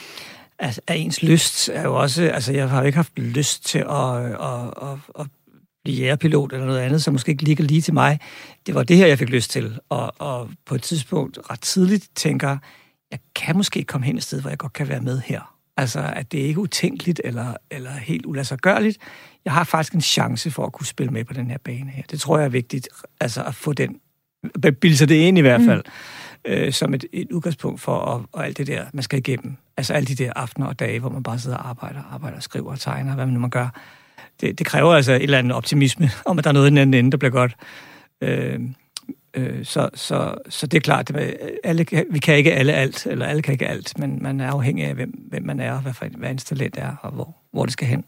Speaker 2: af, af ens lyst. Er jo også, altså, jeg har jo ikke haft lyst til at, at, at, at blive jægerpilot eller noget andet, som måske ikke ligger lige til mig. Det var det her, jeg fik lyst til. Og, og på et tidspunkt ret tidligt tænker, jeg kan måske komme hen et sted, hvor jeg godt kan være med her. Altså, at det ikke er utænkeligt eller, eller helt uladsiggørligt. Jeg har faktisk en chance for at kunne spille med på den her bane her. Det tror jeg er vigtigt, altså at få den, bilde sig det ind i hvert fald, mm. øh, som et, et udgangspunkt for og, og alt det der, man skal igennem. Altså alle de der aftener og dage, hvor man bare sidder og arbejder, arbejder og skriver og tegner, hvad man nu man gør. Det, det kræver altså et eller andet optimisme, om at der er noget i den anden ende, der bliver godt. Øh, øh, så, så, så det er klart, at alle, vi kan ikke alle alt, eller alle kan ikke alt, men man er afhængig af, hvem, hvem man er, hvad, for, hvad ens talent er, og hvor, hvor det skal hen.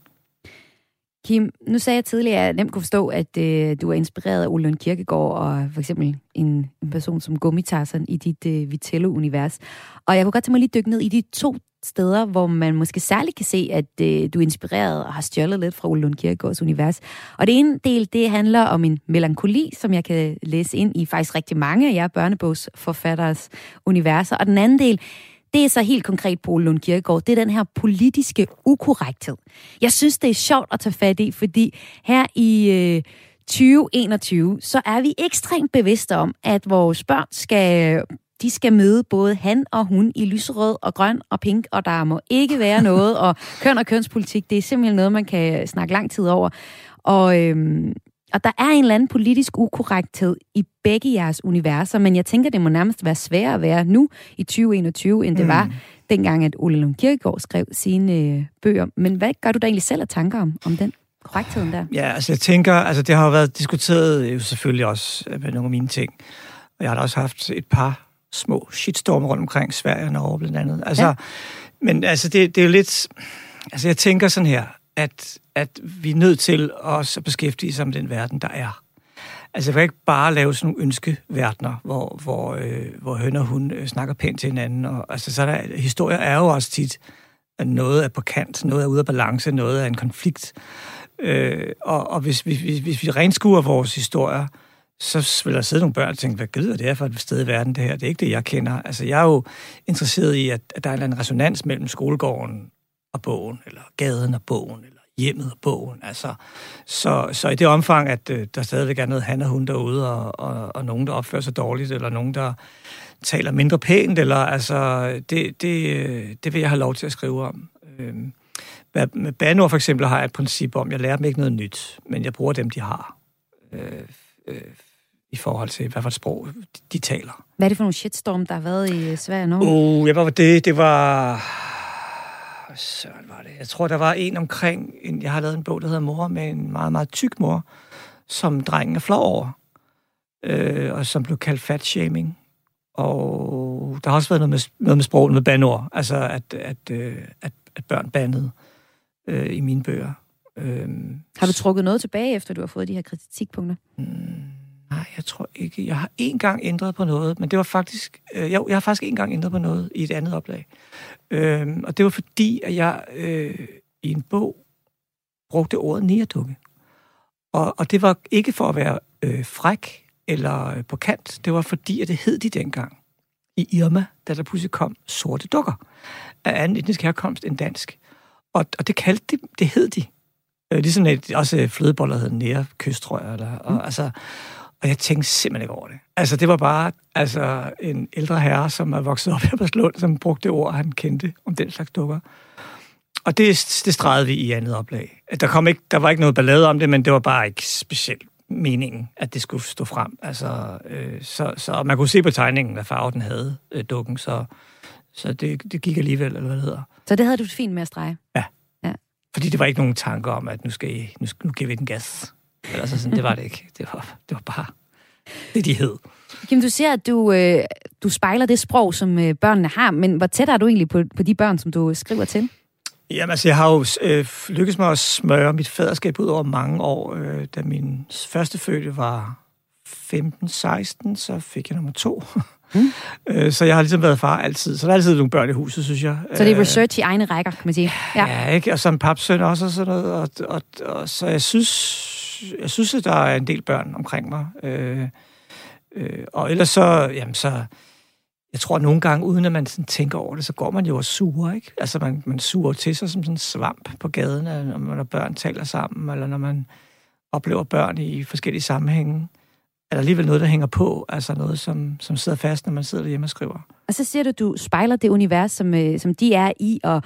Speaker 1: Kim, nu sagde jeg tidligere, at jeg nemt kunne forstå, at øh, du er inspireret af Ole Lund Kirkegaard, og for eksempel en, en person som Gummitarsen i dit øh, Vitello-univers. Og jeg kunne godt tænke mig lige dykke ned i de to steder, hvor man måske særligt kan se, at øh, du er inspireret og har stjålet lidt fra Ole Lund Kirkegaards univers. Og det ene del, det handler om en melankoli, som jeg kan læse ind i faktisk rigtig mange af jer børnebogsforfatteres universer. Og den anden del, det er så helt konkret på Ole Lund Kirkegaard. Det er den her politiske ukorrekthed. Jeg synes, det er sjovt at tage fat i, fordi her i øh, tyve enogtyve, så er vi ekstremt bevidste om, at vores børn skal... De skal møde både han og hun i lyserød og grøn og pink, og der må ikke være noget, og køn og kønspolitik, det er simpelthen noget, man kan snakke lang tid over. Og, øhm, og der er en eller anden politisk ukorrekthed i begge jeres universer, men jeg tænker, det må nærmest være sværere at være nu i tyve enogtyve, end det mm. var dengang, at Ole Lund Kirkegaard skrev sine øh, bøger. Men hvad gør du da egentlig selv af tanker om, om den korrektheden der?
Speaker 2: Ja, altså jeg tænker, altså det har jo været diskuteret jo selvfølgelig også med nogle af mine ting, og jeg har da også haft et par små shitstormer rundt omkring Sverige og Norge blandt andet. Altså, ja. Men altså, det, det er jo lidt... Altså, jeg tænker sådan her, at, at vi er nødt til også at beskæftige sig med den verden, der er. Altså, jeg kan ikke bare lave sådan nogle ønskeverdener, hvor, hvor, øh, hvor høn og hun øh, snakker pænt til hinanden. Og, altså, så er der, historier er jo også tit, at noget er på kant, noget er ude af balance, noget er en konflikt. Øh, og og hvis, hvis, hvis, hvis vi renskuer vores historier, så vil der sidde nogle børn og tænke, hvad gider det er for et sted i verden, det her? Det er ikke det, jeg kender. Altså, jeg er jo interesseret i, at, at der er en eller anden resonans mellem skolegården og bogen, eller gaden og bogen, eller hjemmet og bogen. Altså, så, så i det omfang, at øh, der stadigvæk er noget han og hun derude, og, og, og nogen, der opfører sig dårligt, eller nogen, der taler mindre pænt, eller altså, det, det, det vil jeg have lov til at skrive om. Øh, med banord for eksempel har jeg et princip om, jeg lærer dem ikke noget nyt, men jeg bruger dem, de har. Øh, øh, i forhold til, hvad for et sprog de taler.
Speaker 1: Hvad er det for nogle shitstorm, der har været i Sverige nu?
Speaker 2: Oh, ja, hvad var det? Det var... hvad søren var det? Jeg tror, der var en omkring... En, jeg har lavet en bog, der hedder Mor, med en meget, meget tyk mor, som drengen er flov over, øh, og som blev kaldt fat-shaming. Og der har også været noget med, noget med sproget, med bandord, altså at, at, øh, at, at børn bandede øh, i mine bøger. Øh,
Speaker 1: har du trukket noget tilbage, efter du har fået de her kritikpunkter?
Speaker 2: Mm, nej, jeg tror ikke. Jeg har én gang ændret på noget, men det var faktisk... Øh, jo, jeg har faktisk én gang ændret på noget i et andet oplag. Øh, og det var fordi, at jeg øh, i en bog brugte ordet negerdukke. Og, og det var ikke for at være øh, fræk eller øh, på kant. Det var fordi, at det hed de dengang i Irma, da der pludselig kom sorte dukker af anden etnisk herkomst end dansk. Og, og det kaldte de, det hed de. Øh, ligesom et, også flødeboller hed nærkyst, tror jeg. Eller, og, mm. altså, og jeg tænkte simpelthen ikke over det. Altså, det var bare altså, en ældre herre, som er vokset op her på Slund, som brugte det ord, han kendte om den slags dukker. Og det, det stregede vi i andet oplag. Der, kom ikke, der var ikke noget ballade om det, men det var bare ikke specielt meningen, at det skulle stå frem. Altså, øh, så, så man kunne se på tegningen, hvad farve den havde, øh, dukken, så, så det, det gik alligevel, eller hvad det hedder.
Speaker 1: Så det havde du fint med at strege?
Speaker 2: Ja. ja. Fordi det var ikke nogen tanker om, at nu, skal I, nu, nu giver vi den gas. Altså, sådan, det var det ikke. Det var, det var bare det, de hed.
Speaker 1: Kim, du siger, at du, øh, du spejler det sprog, som øh, børnene har, men hvor tæt er du egentlig på, på de børn, som du skriver til?
Speaker 2: Jamen, altså, jeg har jo øh, lykkes mig at smøre mit faderskab ud over mange år. Øh, da min første fødte var femten seksten, så fik jeg nummer to. Mm. øh, så jeg har ligesom været far altid. Så der er altid nogle børn i huset, synes jeg.
Speaker 1: Så det er research i egne rækker, kan man sige?
Speaker 2: Ja, ja ikke? Og som papsøn også og sådan noget. Og, og, og, så jeg synes, jeg synes, at der er en del børn omkring mig. Øh, øh, og ellers så, jamen så... Jeg tror, at nogle gange, uden at man sådan tænker over det, så går man jo og suger, ikke? Altså, man, man suger til sig som sådan en svamp på gaden, når man og børn taler sammen, eller når man oplever børn i forskellige sammenhænge. Er der alligevel noget, der hænger på? Altså noget, som, som sidder fast, når man sidder hjemme og skriver.
Speaker 1: Og så siger du, at du spejler det univers, som, øh, som de er i, og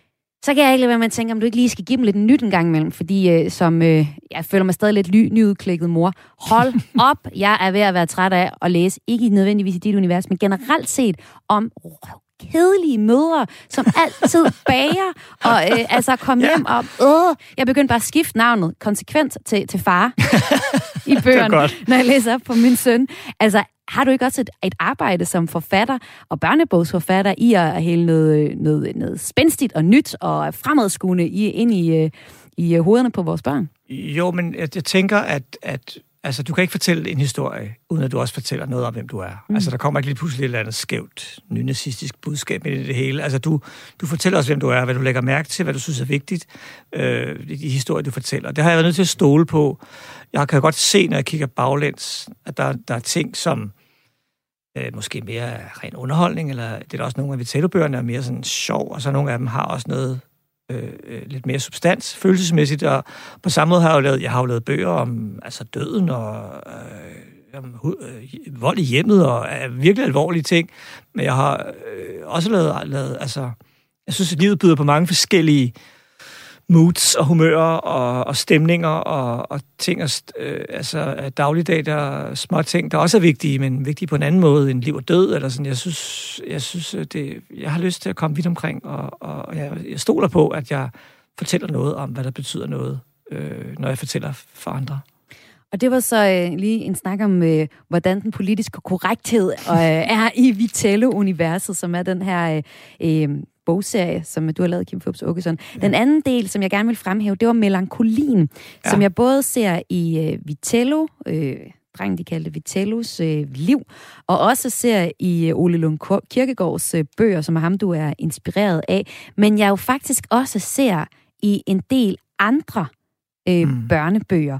Speaker 1: så kan jeg ikke lade være med at tænke, om du ikke lige skal give dem lidt nyt en gang imellem, fordi øh, som, øh, jeg føler mig stadig lidt ly, nyudklikket mor. Hold op, jeg er ved at være træt af at læse, ikke nødvendigvis i dit univers, men generelt set om kedelige mødre, som altid bager, og øh, altså kom ja. hjem og, øh, jeg begyndte bare at skifte navnet konsekvent til, til far i bøgerne, når jeg læser op på min søn. Altså, har du ikke også et, et arbejde som forfatter og børnebogsforfatter i at hælde noget, noget, noget spændstigt og nyt og fremadskuende i, ind i, i hovederne på vores børn?
Speaker 2: Jo, men jeg, jeg tænker, at, at altså, du kan ikke fortælle en historie, uden at du også fortæller noget om, hvem du er. Mm. Altså, der kommer ikke lige pludselig et eller andet skævt, nynazistisk budskab i det hele. Altså, du, du fortæller også, hvem du er, hvad du lægger mærke til, hvad du synes er vigtigt, øh, i de historier, du fortæller. Det har jeg været nødt til at stole på. Jeg kan godt se, når jeg kigger baglæns, at der, der er ting, som øh, måske mere er ren underholdning, eller det er der også nogle af Vitello-bøgerne er mere sådan sjov, og så nogle af dem har også noget øh, lidt mere substans, følelsesmæssigt, og på samme måde har jeg jo lavet, jeg har jo lavet bøger om altså døden og øh, om øh, vold i hjemmet, og øh, virkelig alvorlige ting, men jeg har øh, også lavet, lavet, altså, jeg synes, at livet byder på mange forskellige moods og humører og, og stemninger og, og ting, og, øh, altså dagligdag, der er små ting, der også er vigtige, men vigtige på en anden måde end liv og død, eller sådan. Jeg synes, jeg synes, det, jeg har lyst til at komme vidt omkring, og, og jeg, jeg stoler på, at jeg fortæller noget om, hvad der betyder noget, øh, når jeg fortæller for andre.
Speaker 1: Og det var så øh, lige en snak om, øh, hvordan den politiske korrekthed øh, er i Vitello-universet, som er den her øh, bogserie, som du har lavet, Kim Fupz Aakeson. Ja. Den anden del, som jeg gerne vil fremhæve, det var melankolien, ja. som jeg både ser i øh, Vitello, øh, drengen de kaldte Vitellos øh, liv, og også ser i øh, Ole Lund Kirkegaards øh, bøger, som er ham, du er inspireret af, men jeg jo faktisk også ser i en del andre øh, mm. børnebøger.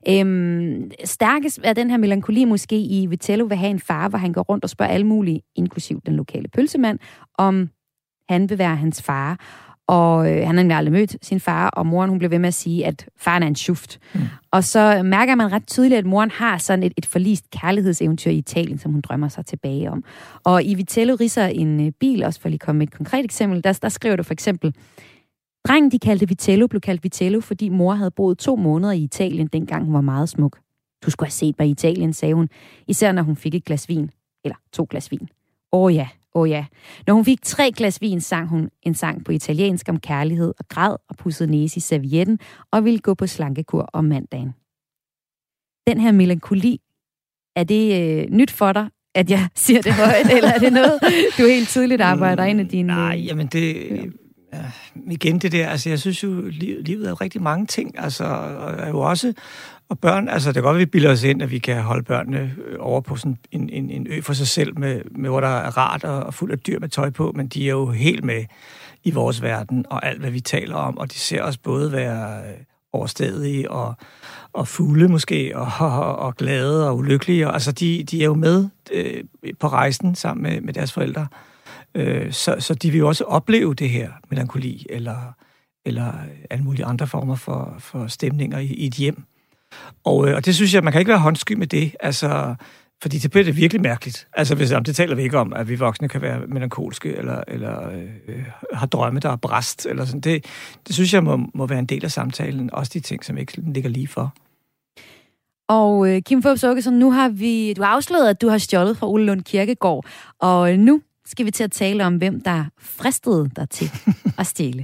Speaker 1: Øhm, stærkest er den her melankoli måske i Vitello vil have en far, hvor han går rundt og spørger alle mulige, inklusiv den lokale pølsemand, om han vil være hans far. Og øh, han har aldrig mødt sin far, og moren hun blev ved med at sige, at faren er en schuft. Mm. Og så mærker man ret tydeligt, at moren har sådan et, et forlist kærlighedseventyr i Italien, som hun drømmer sig tilbage om. Og i Vitello ridser en øh, bil, også for lige at komme med et konkret eksempel, der, der skriver du for eksempel, drengen de kaldte Vitello, blev kaldt Vitello, fordi mor havde boet to måneder i Italien, dengang hun var meget smuk. Du skulle have set mig i Italien, sagde hun, især når hun fik et glas vin, eller to glas vin. Åh ja, Åh oh ja. Når hun fik tre glas vin, sang hun en sang på italiensk om kærlighed og græd og pudsede næse i servietten og ville gå på slankekur om mandagen. Den her melankoli, er det øh, nyt for dig, at jeg siger det højt, eller er det noget, du helt tydeligt arbejder ind i din...
Speaker 2: Nej, jamen det... Ja, igen det der, altså jeg synes jo, livet er jo rigtig mange ting, altså og er jo også, og børn, altså det kan godt, at vi bilder os ind, at vi kan holde børnene over på sådan en, en, en ø for sig selv, med, med hvor der er rart og, og fuld af dyr med tøj på, men de er jo helt med i vores verden, og alt, hvad vi taler om, og de ser os både være overstædige og, og fugle måske, og, og, og glade og ulykkelige, og, altså de, de er jo med øh, på rejsen sammen med, med deres forældre. Så, så de vil jo også opleve det her melankoli, eller, eller alle mulige andre former for, for stemninger i, i et hjem. Og, og det synes jeg, man kan ikke være håndsky med det, altså, fordi det bliver det virkelig mærkeligt. Altså, hvis, det taler vi ikke om, at vi voksne kan være melankolske, eller, eller øh, har drømme, der er bræst, eller sådan. Det, det synes jeg må, må være en del af samtalen, også de ting, som ikke ligger lige for.
Speaker 1: Og øh, Kim Fupz Aakeson, nu har vi, du har afsløret, at du har stjålet fra Ole Lund Kirkegaard, og nu skal vi til at tale om, hvem der fristede dig til at stjæle.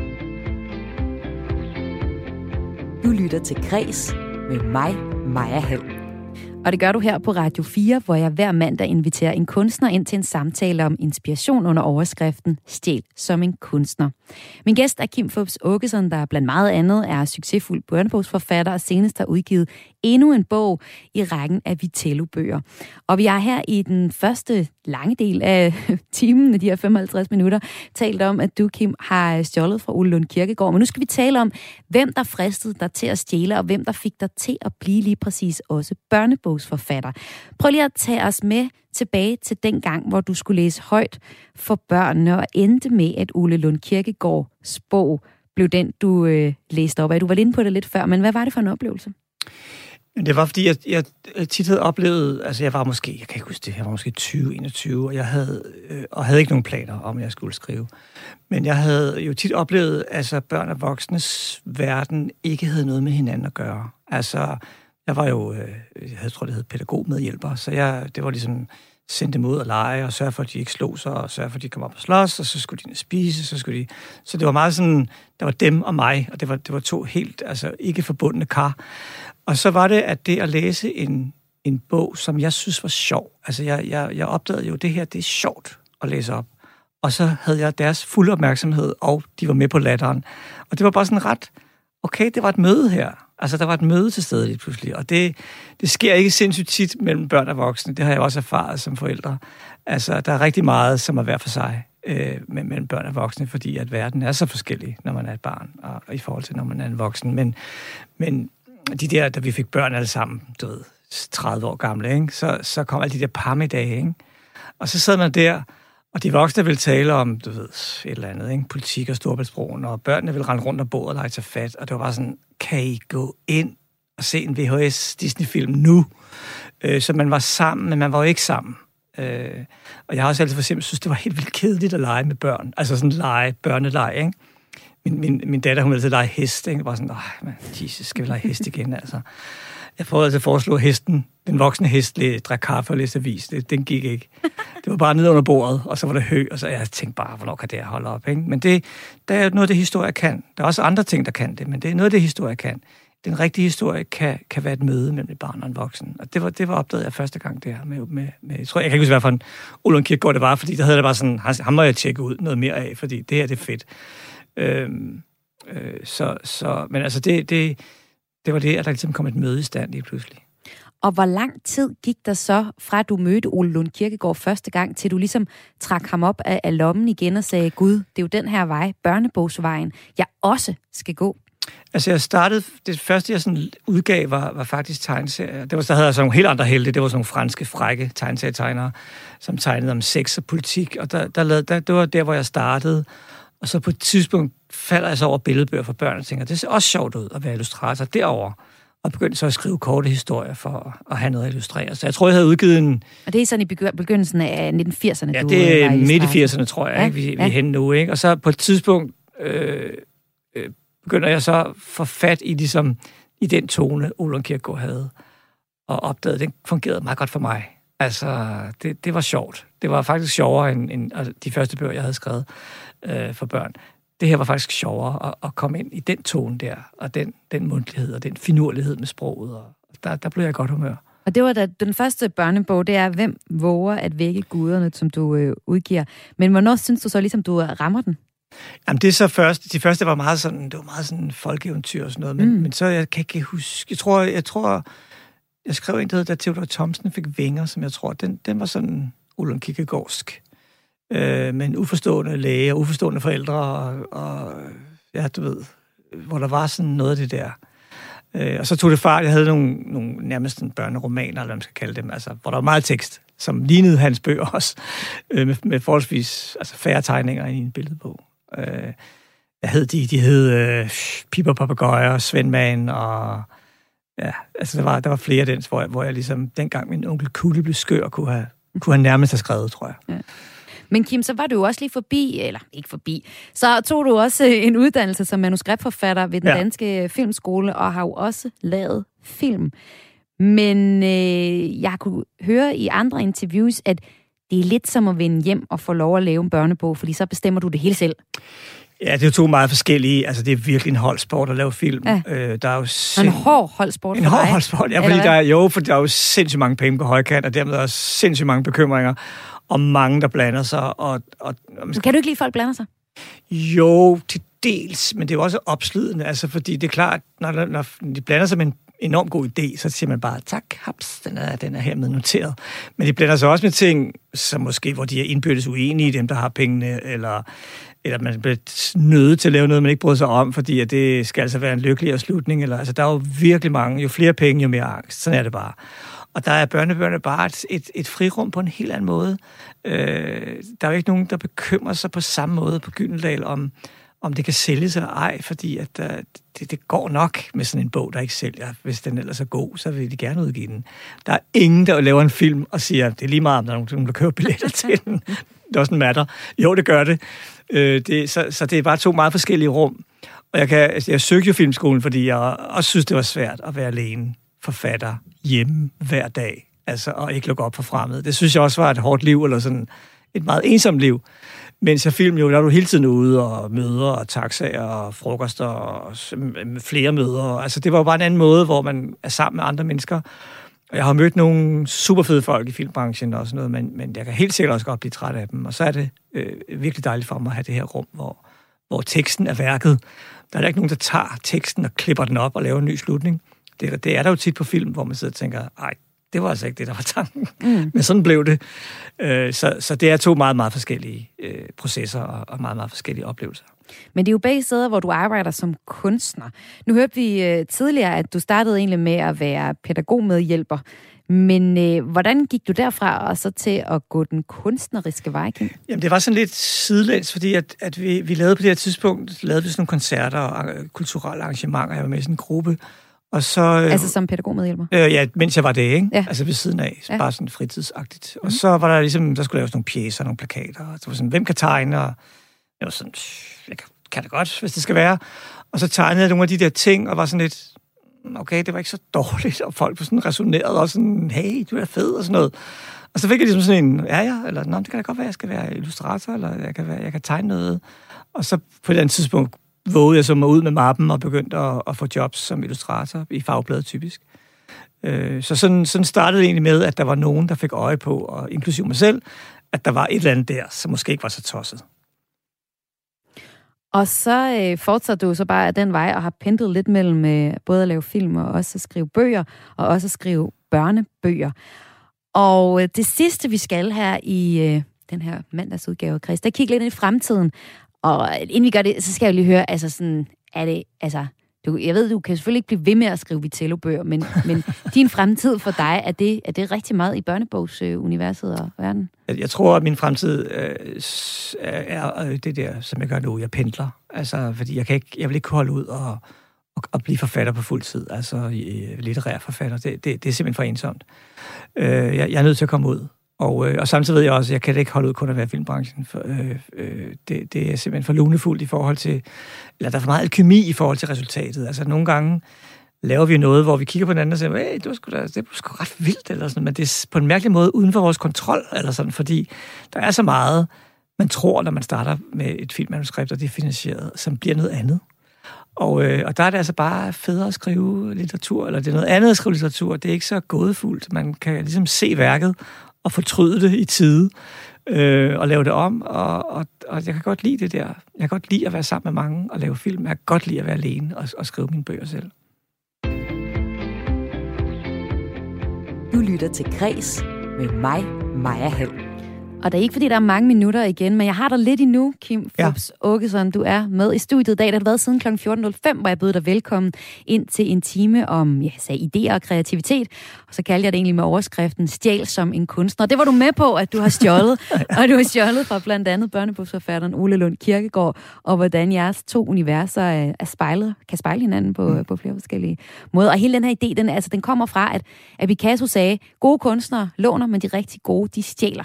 Speaker 5: Du lytter til Kres med mig, Maja Hall.
Speaker 1: Og det gør du her på Radio fire, hvor jeg hver mandag inviterer en kunstner ind til en samtale om inspiration under overskriften Stjæl som en kunstner. Min gæst er Kim Fupz Aakeson, der blandt meget andet er succesfuld børnebogsforfatter og senest har udgivet endnu en bog i rækken af Vitello-bøger. Og vi er her i den første lange del af timen, de her femoghalvtreds minutter, talt om, at du, Kim, har stjålet fra Ole Lund Kirkegaard. Men nu skal vi tale om, hvem der fristede dig til at stjæle, og hvem der fik dig til at blive lige præcis også børnebogsforfatter. Prøv lige at tage os med tilbage til den gang, hvor du skulle læse højt for børnene, og endte med, at Ole Lund Kirkegaards bog blev den, du øh, læste op af. Du var inde på det lidt før, men hvad var det for en oplevelse?
Speaker 2: Det var, fordi jeg, jeg tit havde oplevet, altså jeg var måske, jeg kan ikke huske det, jeg var måske tyve enogtyve, og jeg havde, øh, og havde ikke nogen planer om, at jeg skulle skrive. Men jeg havde jo tit oplevet, altså børn og voksnes verden ikke havde noget med hinanden at gøre. Altså, jeg var jo, øh, jeg havde, tror det hed pædagogmedhjælper, så jeg, det var ligesom sende dem ud og lege, og sørge for, at de ikke slog sig, og sørge for, at de kom op og slås, og så skulle de spise, så skulle de... Så det var meget sådan, der var dem og mig, og det var, det var to helt, altså ikke forbundne kar. Og så var det, at det at læse en, en bog, som jeg synes var sjov, altså jeg, jeg, jeg opdagede jo, det her, det er sjovt at læse op. Og så havde jeg deres fulde opmærksomhed, og de var med på latteren. Og det var bare sådan ret, okay, det var et møde her. Altså, der var et møde til stede lige pludselig, og det, det sker ikke sindssygt tit mellem børn og voksne. Det har jeg også erfaret som forældre. Altså, der er rigtig meget, som er hver for sig øh, mellem børn og voksne, fordi at verden er så forskellig, når man er et barn, og, og i forhold til, når man er en voksen. Men, men de der, da vi fik børn alle sammen, du ved, tredive år gamle, ikke? Så, så kom alle de der parmiddage, ikke? Og så sad man der, og de voksne ville tale om, du ved, et eller andet, ikke? Politik og Storebæltsbroen, og børnene ville rende rundt om bordet og lege sig fat, og det var bare sådan, kan I gå ind og se en V H S Disney-film nu? Øh, så man var sammen, men man var jo ikke sammen. Øh, og jeg har også altid for eksempel synes, det var helt vildt kedeligt at lege med børn. Altså sådan lege, børnelege, ikke? Min, min, min datter, hun ville altid lege hest, ikke? Bare sådan, åh, man, Jesus, skal vi lege hest igen, altså? Jeg prøvede altså at foreslå hesten, den voksne hest, drak kaffe og læste avis. Det, den gik ikke. Det var bare nede under bordet, og så var der hø, og så jeg tænkte bare, hvornår kan det holde op, ikke? Men det, det er noget, det historie kan. Der er også andre ting, der kan det, men det er noget, det historie kan. Den rigtige historie kan, kan være et møde mellem et barn og en voksen. Og det var, det var opdaget jeg første gang der med, med, med jeg tror, jeg kan ikke huske, hvad for en Ole Lund Kirkegaard det var, fordi der havde det bare sådan, ham må jeg tjekke ud noget mere af, fordi det her, det er fedt. Øhm, øh, så, så, men altså, det, det, det var det, at der ligesom kom et møde i stand lige pludselig.
Speaker 1: Og hvor lang tid gik der så, fra du mødte Ole Lund Kirkegaard første gang, til du ligesom trak ham op af, af lommen igen og sagde, Gud, det er jo den her vej, børnebogsvejen, jeg også skal gå?
Speaker 2: Altså, jeg startede, det første, jeg sådan udgav, var, var faktisk tegneserier. Det var, der havde jeg sådan nogle helt andre helte. Det var sådan nogle franske, frække tegneserietegnere, som tegnede om sex og politik. Og der, der lavede, der, det var der, hvor jeg startede. Og så på et tidspunkt falder jeg så over billedbøger for børn og tænker, det ser også sjovt ud at være illustrator derovre. Og begyndte så at skrive korte historier for at have noget at illustrere. Så jeg tror, jeg havde udgivet en...
Speaker 1: Og det er sådan i begyndelsen af nitten firserne,
Speaker 2: ja,
Speaker 1: du
Speaker 2: det er midt i firserne, tror jeg,
Speaker 1: ja,
Speaker 2: ikke? Vi,
Speaker 1: ja.
Speaker 2: vi er henne nu, ikke? Og så på et tidspunkt øh, øh, begynder jeg så at få fat i, ligesom, i den tone, Ole Lund Kirkegaard havde, og opdagede, at den fungerede meget godt for mig. Altså, det, det var sjovt. Det var faktisk sjovere end, end de første bøger, jeg havde skrevet øh, for børn. Det her var faktisk sjovere at, at komme ind i den tone der, og den, den mundtlighed, og den finurlighed med sproget, og der, der blev jeg i godt humør.
Speaker 1: Og det var da den første børnebog, det er, hvem våger at vække guderne, som du øh, udgiver. Men hvornår synes du så ligesom, du rammer den?
Speaker 2: Jamen det er så først, de første var meget sådan, det var meget sådan folkeeventyr og sådan noget, men, mm. men så jeg kan ikke huske, jeg tror, jeg tror, jeg skrev en, der hedder, da Theodor Thomsen fik vinger, som jeg tror, den, den var sådan Ulrik Kierkegaardsk, øh, med en uforstående læge og uforstående forældre, og, og ja, du ved, hvor der var sådan noget af det der. Øh, og så tog det fart, jeg havde nogle, nogle nærmest en børneromaner, eller hvad man skal kalde dem, altså, hvor der var meget tekst, som lignede hans bøger også, øh, med, med forholdsvis altså, færre tegninger i en billedbog. Øh, jeg hed de, de hed øh, Piper Papagøjer, Svendman, og ja, altså der var, der var flere af den, hvor jeg, hvor jeg ligesom, dengang min onkel Kulle blev skør, kunne have, kunne have nærmest have skrevet, tror jeg. Ja.
Speaker 1: Men Kim, så var du jo også lige forbi, eller ikke forbi, så tog du også en uddannelse som manuskriptforfatter ved den ja. danske filmskole, og har jo også lavet film. Men øh, jeg kunne høre i andre interviews, at det er lidt som at vende hjem og få lov at lave en børnebog, fordi så bestemmer du det hele selv.
Speaker 2: Ja, det er jo to meget forskellige. Altså, det er virkelig en holdsport at lave film. Ja. Øh, der er jo sind...
Speaker 1: En hård holdsport for
Speaker 2: En
Speaker 1: dig.
Speaker 2: hård holdsport, ja, fordi der er, jo, for der er jo sindssygt mange penge på højkant, og dermed også sindssygt mange bekymringer, og mange, der blander sig. Og, og, og
Speaker 1: kan du ikke lide, at folk blander sig?
Speaker 2: Jo, til dels, men det er jo også opslidende, altså, fordi det er klart, når, når de blander sig med en enormt god idé, så siger man bare, tak, haps, den er, den er hermed noteret. Men de blander sig også med ting, som måske, hvor de er indbyrdes uenige, dem, der har pengene, eller, eller man bliver nødt til at lave noget, man ikke bryder sig om, fordi at det skal altså være en lykkeligere slutning. Eller, altså, der er jo virkelig mange, jo flere penge, jo mere angst. Sådan er det bare. Og der er børnebørnene bare et, et, et frirum på en helt anden måde. Øh, der er jo ikke nogen, der bekymrer sig på samme måde på Gyldendal om, om det kan sælges eller ej, fordi at, uh, det, det går nok med sådan en bog, der ikke sælger. Hvis den ellers er god, så vil de gerne udgive den. Der er ingen, der laver en film og siger, det er lige meget, om der er nogen, der køber billetter til den. Det er også en matter. Jo, det gør det. Uh, det så, så det er bare to meget forskellige rum. Og jeg, kan, altså, jeg søgte jo filmskolen, fordi jeg også synes, det var svært at være alene forfatter hjemme hver dag, altså, og ikke lukke op for fremmede. Det synes jeg også var et hårdt liv, eller sådan et meget ensomt liv. Mens jeg film jo, der er du hele tiden ude, og møder, og taxaer, og frokoster, og flere møder. Altså, det var jo bare en anden måde, hvor man er sammen med andre mennesker. Og jeg har mødt nogle super fede folk i filmbranchen og sådan noget, men, men jeg kan helt sikkert også godt blive træt af dem. Og så er det øh, virkelig dejligt for mig at have det her rum, hvor, hvor teksten er værket. Der er der ikke nogen, der tager teksten og klipper den op og laver en ny slutning. Det, det er der jo tit på film, hvor man sidder og tænker, ej, det var altså ikke det, der var tanken. Mm. Men sådan blev det. Øh, så, så det er to meget, meget forskellige øh, processer og, og meget, meget forskellige oplevelser.
Speaker 1: Men det er jo begge steder, hvor du arbejder som kunstner. Nu hørte vi øh, tidligere, at du startede egentlig med at være pædagogmedhjælper. Men øh, hvordan gik du derfra og så til at gå den kunstneriske vej?
Speaker 2: Jamen, det var sådan lidt sidelæns, fordi at, at vi, vi lavede på det her tidspunkt, lavede vi sådan nogle koncerter og kulturelle arrangementer. Jeg var med i sådan en gruppe. Og så,
Speaker 1: altså som pædagogmedhjælper?
Speaker 2: Øh, ja, mens jeg var det, ikke? Ja. Altså ved siden af, ja. Bare sådan fritidsagtigt. Mm-hmm. Og så var der ligesom, der skulle laves nogle pjecer, nogle plakater, og det var sådan, hvem kan tegne? Og jeg var sådan, jeg kan, kan det godt, hvis det skal være. Og så tegnede jeg nogle af de der ting, og var sådan lidt, okay, det var ikke så dårligt, og folk var sådan resoneret, og sådan, hey, du er fed, og sådan noget. Og så fik jeg ligesom sådan en, ja, ja, eller, nå, det kan da godt være, jeg skal være illustrator, eller jeg kan, være, jeg kan tegne noget. Og så på et andet tidspunkt vågede jeg så mig ud med mappen og begyndte at, at få jobs som illustrator i fagbladet typisk. Øh, så sådan, sådan startede det egentlig med, at der var nogen, der fik øje på, og inklusive mig selv, at der var et eller andet der, som måske ikke var så tosset.
Speaker 1: Og så øh, fortsatte du så bare af den vej og har pendlet lidt mellem øh, både at lave film og også at skrive bøger, og også at skrive børnebøger. Og øh, det sidste, vi skal her i øh, den her mandagsudgave, Chris, der kigger lidt ind i fremtiden. Og inden vi gør det, så skal jeg jo lige høre, altså sådan, er det, altså, du, jeg ved, du kan selvfølgelig ikke blive ved med at skrive Vitello-bøger, men, men din fremtid for dig, er det, er det rigtig meget i børnebogsuniverset og verden?
Speaker 2: Jeg, jeg tror, at min fremtid øh, er øh, det der, som jeg gør nu. Jeg pendler, altså, fordi jeg, kan ikke, jeg vil ikke holde ud og, og, og blive forfatter på fuld tid, altså øh, litterær forfatter. Det, det, det er simpelthen for ensomt. Øh, jeg, jeg er nødt til at komme ud. Og, øh, og samtidig ved jeg også, at jeg kan ikke holde ud kun at være i filmbranchen. For, øh, øh, det, det er simpelthen for lunefuldt i forhold til, eller der er for meget alkemi i forhold til resultatet. Altså nogle gange laver vi noget, hvor vi kigger på hinanden og siger, hey, det var sgu da, det var sgu ret vildt, eller sådan, men det er på en mærkelig måde uden for vores kontrol, eller sådan, fordi der er så meget, man tror, når man starter med et filmmanuskript, og det er finansieret, som bliver noget andet. Og, øh, og der er det altså bare federe at skrive litteratur, eller det er noget andet at skrive litteratur. Det er ikke så gådefuldt. Man kan ligesom se værket og fortryde det i tide, øh, og lave det om. Og, og, og jeg kan godt lide det der. Jeg kan godt lide at være sammen med mange og lave film. Jeg kan godt lide at være alene og, og skrive mine bøger selv.
Speaker 5: Du lytter til Græs med mig, Maja Hall.
Speaker 1: Og det er ikke, fordi der er mange minutter igen, men jeg har dig lidt endnu, Kim Fupz Aakeson. Du er med i studiet i dag. Det har været siden klokken fjorten nul fem, hvor jeg bød dig velkommen ind til en time om ja, sagde, idéer og kreativitet. Og så kaldte jeg det egentlig med overskriften Stjæl som en kunstner. Det var du med på, at du har stjålet. Og du har stjålet fra blandt andet børnebogsforfatteren Ole Lund Kirkegaard, og hvordan jeres to universer er, er spejlet, kan spejle hinanden på, mm. på flere forskellige måder. Og hele den her idé, den, altså, den kommer fra, at, at Picasso sagde, gode kunstnere låner, men de rigtig gode, de stjæler.